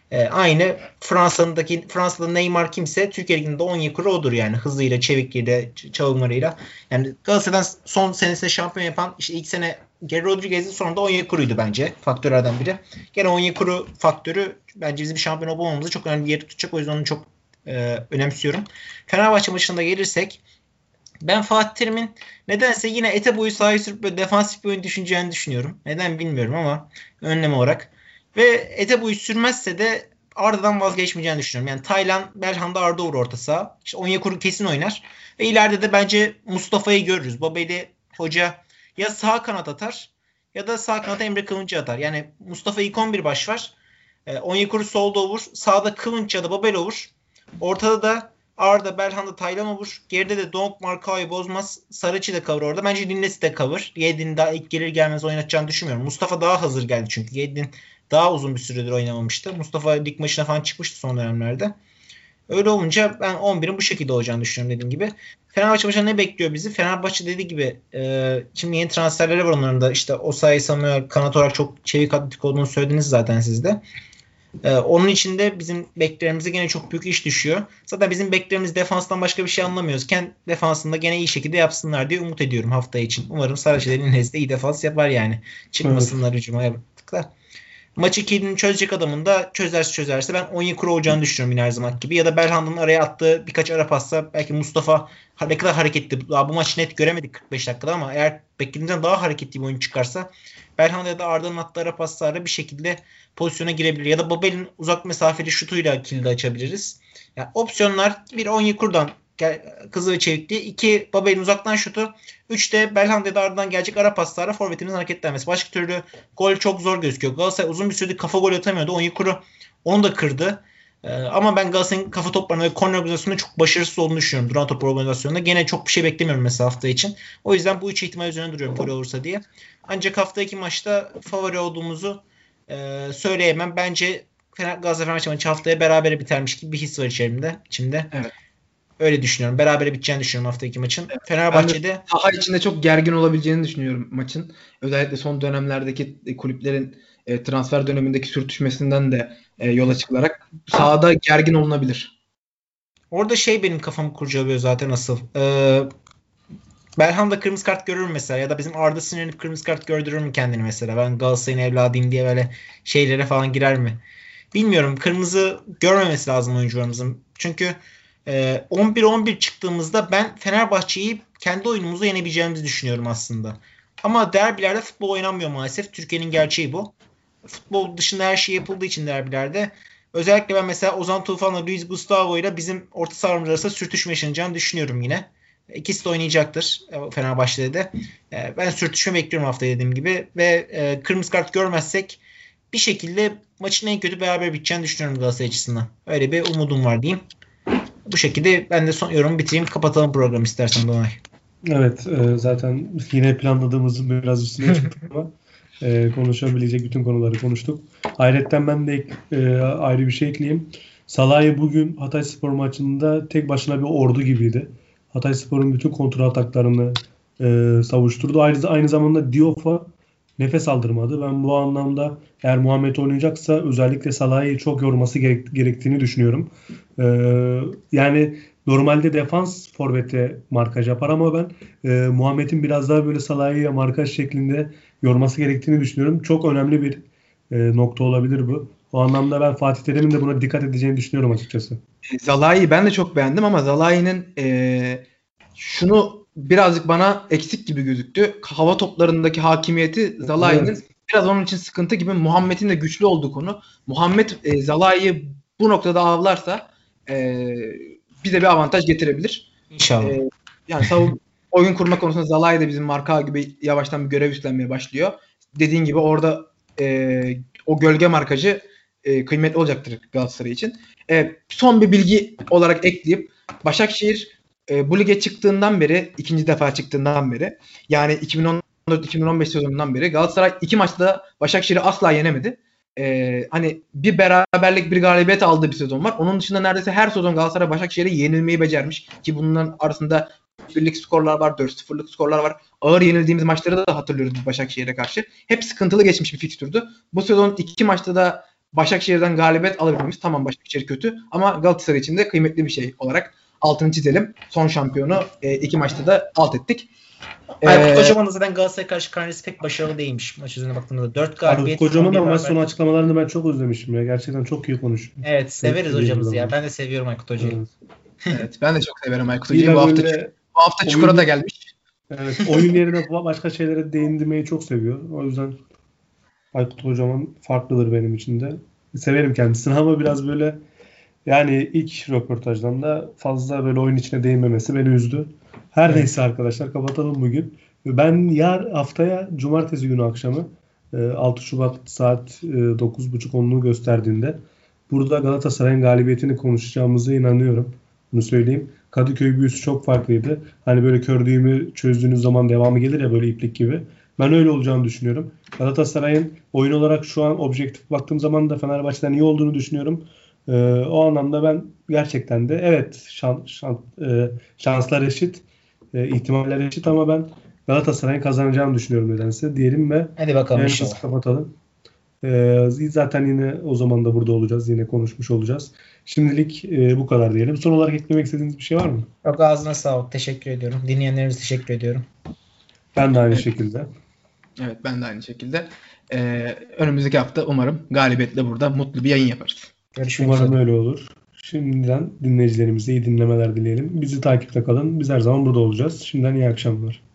aynı Fransa'da Neymar kimse Türkiye Ligi'nde Onyekuru odur yani. Hızıyla, çevikliğiyle, çalımlarıyla. Yani Galatasaray'dan son senesinde şampiyon yapan işte ilk sene Geri Rodriguez'in sonunda Onyekuru'ydu bence. Faktörlerden biri. Gene Onyekuru faktörü bence bizim şampiyon olmamızı çok önemli bir yeri tutacak. O yüzden onu çok önemsiyorum. Fenerbahçe maçında gelirsek ben Fatih Terim'in nedense yine ete boyu sahaya sürüp böyle defansif bir oyun düşüneceğini düşünüyorum. Neden bilmiyorum ama önlem olarak. Ve ete boyu sürmezse de Arda'dan vazgeçmeyeceğini düşünüyorum. Yani Taylan, Belhanda, Arda olur orta saha. İşte Onyekuru kesin oynar. Ve ileride de bence Mustafa'yı görürüz. Babeli Hoca ya sağ kanat atar ya da sağ kanata Emre Kılınç'ı atar. Yani Mustafa ilk 11 baş var. Onyekuru solda olur. Sağda Kılınç ya da Babel olur. Ortada da Arda, Belhanda, Taylan olur. Geride de Donk, Markao'yu bozmaz. Sarıçı da cover orada. Bence Dinlesi de cover. Yedlin'i daha ilk gelir gelmez oynatacağını düşünmüyorum. Mustafa daha hazır geldi çünkü. Yedlin daha uzun bir süredir oynamamıştı. Mustafa lig maçına falan çıkmıştı son dönemlerde. Öyle olunca ben 11'in bu şekilde olacağını düşünüyorum dediğim gibi. Fenerbahçe maçında ne bekliyor bizi? Fenerbahçe dediği gibi şimdi yeni transferleri var onların da. İşte Osayi Samuel kanat olarak çok çevik atletik olduğunu söylediniz zaten siz de. Onun için de bizim beklerimize gene çok büyük iş düşüyor. Zaten bizim beklerimiz defanstan başka bir şey anlamıyoruz. Defansında gene iyi şekilde yapsınlar diye umut ediyorum hafta için. Umarım Saraçoğlu'nun nezde iyi defans yapar yani. Çıkmasınlar hücuma yaptıklar. Maç 2'nin çözecek adamın da çözerse ben Onyekuru olacağını düşünüyorum yine her zaman gibi. Ya da Belhanda'nın araya attığı birkaç ara passa belki Mustafa ne kadar hareketli. Daha bu maç net göremedik 45 dakikada ama eğer beklediğimizden daha hareketli bir oyun çıkarsa Belhanda ya da Arda'nın attığı ara paslarla bir şekilde pozisyona girebilir. Ya da Babel'in uzak mesafeli şutuyla kilidi açabiliriz. Yani opsiyonlar bir Onyekuru'dan hızlı ve çevikliği. 2 Babel'in uzaktan şutu. 3 de Belhanda ya da Arda'dan gelecek ara paslarla forvetimizin hareketlenmesi. Başka türlü gol çok zor gözüküyor. Galatasaray uzun bir süredir kafa gol atamıyordu. Onyekuru onu da kırdı. Ama ben Galatasaray'ın kafa toplarına ve korner organizasyonunda çok başarısız olduğunu düşünüyorum. Duran top organizasyonunda. Gene çok bir şey beklemiyorum mesela hafta için. O yüzden bu 3 ihtimal üzerine duruyorum gol olursa diye. Ancak haftaki maçta favori olduğumuzu söyleyemem. Bence Galatasaray maçı haftaya berabere bitermiş gibi bir his var içimde. Evet. Öyle düşünüyorum. Berabere biteceğini düşünüyorum haftaki maçın. Evet. Fenerbahçe'de saha içinde çok gergin olabileceğini düşünüyorum maçın. Özellikle son dönemlerdeki kulüplerin transfer dönemindeki sürtüşmesinden de yola çıkılarak sahada gergin olunabilir. Orada benim kafamı kurcalıyor zaten asıl. Belhanda kırmızı kart görür mü mesela? Ya da bizim Arda sinirlenip kırmızı kart gördürür mü kendini mesela? Ben Galatasaray'ın evladıyım diye böyle şeylere falan girer mi? Bilmiyorum. Kırmızı görmemesi lazım oyuncularımızın. Çünkü 11-11 çıktığımızda ben Fenerbahçe'yi kendi oyunumuzu yenebileceğimizi düşünüyorum aslında. Ama derbilerde futbol oynanmıyor maalesef. Türkiye'nin gerçeği bu. Futbol dışında her şey yapıldığı için derbilerde. Özellikle ben mesela Ozan Tufan'la Luis Gustavo ile bizim orta sahamız arasında sürtüşme yaşanacağını düşünüyorum yine. İkisi de oynayacaktır Fenerbahçe'de de. Ben sürtüşme bekliyorum haftaya dediğim gibi. Ve kırmızı kart görmezsek bir şekilde maçın en kötü beraber biteceğini düşünüyorum Galatasaray açısından. Öyle bir umudum var diyeyim. Bu şekilde ben de son yorumu bitireyim. Kapatalım programı istersen Donay. Evet. Zaten yine planladığımızın biraz üstüne çıktık ama konuşabilecek bütün konuları konuştuk. Hayretten ben de ayrı bir şey ekleyeyim. Salahi bugün Hatayspor maçında tek başına bir ordu gibiydi. Hatayspor'un bütün kontrol ataklarını savuşturdu. Aynı zamanda Diof'a nefes aldırmadı. Ben bu anlamda eğer Muhammed oynayacaksa özellikle Salah'ı çok yorması gerektiğini düşünüyorum. Yani normalde defans forvete markaj yapar ama ben Muhammed'in biraz daha böyle Salah'ı markaj şeklinde yorması gerektiğini düşünüyorum. Çok önemli bir nokta olabilir bu. O anlamda ben Fatih Terim'in de buna dikkat edeceğini düşünüyorum açıkçası. Zalai'yi ben de çok beğendim ama Zalai'nin şunu birazcık bana eksik gibi gözüktü. Hava toplarındaki hakimiyeti Zalai'nin Evet. biraz onun için sıkıntı gibi. Muhammed'in de güçlü olduğu konu. Muhammed Zalai'yi bu noktada avlarsa bize bir avantaj getirebilir. İnşallah. Yani oyun kurma konusunda Zalai de bizim marka gibi yavaştan bir görev üstlenmeye başlıyor. Dediğin gibi orada o gölge markajı kıymetli olacaktır Galatasaray için. Son bir bilgi olarak ekleyip Başakşehir bu lige çıktığından beri, ikinci defa çıktığından beri, yani 2014-2015 sezonundan beri Galatasaray 2 maçta da Başakşehir'i asla yenemedi. Hani bir beraberlik, bir galibiyet aldığı bir sezon var. Onun dışında neredeyse her sezon Galatasaray Başakşehir'e yenilmeyi becermiş ki bunların arasında 1'lik skorlar var, 4-0'lık skorlar var. Ağır yenildiğimiz maçları da hatırlıyoruz biz Başakşehir'e karşı. Hep sıkıntılı geçmiş bir fikstürdü. Bu sezon 2 maçta da Başakşehir'den galibiyet alabilmemiz, tamam Başakşehir kötü ama Galatasaray için de kıymetli bir şey olarak altını çizelim. Son şampiyonu 2 maçta da alt ettik. Aykut Kocaman da zaten Galatasaray'a karşı karnesi pek başarılı değilmiş maç üzerine baktığımızda. 4 galibiyet. Kocaman ama maç sonu açıklamalarını ben çok özlemişim ya. Gerçekten çok iyi konuşuyor. Evet, severiz hocamızı ya. Ben de seviyorum Aykut Hoca'yı. Evet. Evet, ben de çok severim Aykut Hoca'yı. Bu hafta Çukur'a da gelmiş. Evet, oyun yerine başka şeylere değindirmeyi çok seviyor. O yüzden Aykut Kocaman farklıdır benim için de. Severim kendisini ama biraz böyle, yani ilk röportajdan da fazla böyle oyun içine değinmemesi beni üzdü. Her neyse arkadaşlar, kapatalım bugün. Ben haftaya cumartesi günü akşamı 6 Şubat saat 9.30-10'u gösterdiğinde burada Galatasaray'ın galibiyetini konuşacağımıza inanıyorum. Bunu söyleyeyim. Kadıköy büyüsü çok farklıydı. Hani böyle kör düğümü çözdüğünüz zaman devamı gelir ya, böyle iplik gibi. Ben öyle olacağını düşünüyorum. Galatasaray'ın oyun olarak şu an objektif baktığım zaman da Fenerbahçe'den iyi olduğunu düşünüyorum. O anlamda ben gerçekten de evet, şanslar eşit, ihtimaller eşit ama ben Galatasaray'ın kazanacağını düşünüyorum nedense diyelim ve hadi bakalım inşallah. Kapatalım. Zaten yine o zaman da burada olacağız. Yine konuşmuş olacağız. Şimdilik bu kadar diyelim. Son olarak eklemek istediğiniz bir şey var mı? Yok, ağzına sağlık. Teşekkür ediyorum. Dinleyenlerimize teşekkür ediyorum. Ben de aynı şekilde. Evet, ben de aynı şekilde. Önümüzdeki hafta umarım galibiyetle burada mutlu bir yayın yaparız. Görüşmek Umarım üzere. öyle olur. Şimdiden dinleyicilerimize iyi dinlemeler dileyelim. Bizi takipte kalın. Biz her zaman burada olacağız. Şimdiden iyi akşamlar.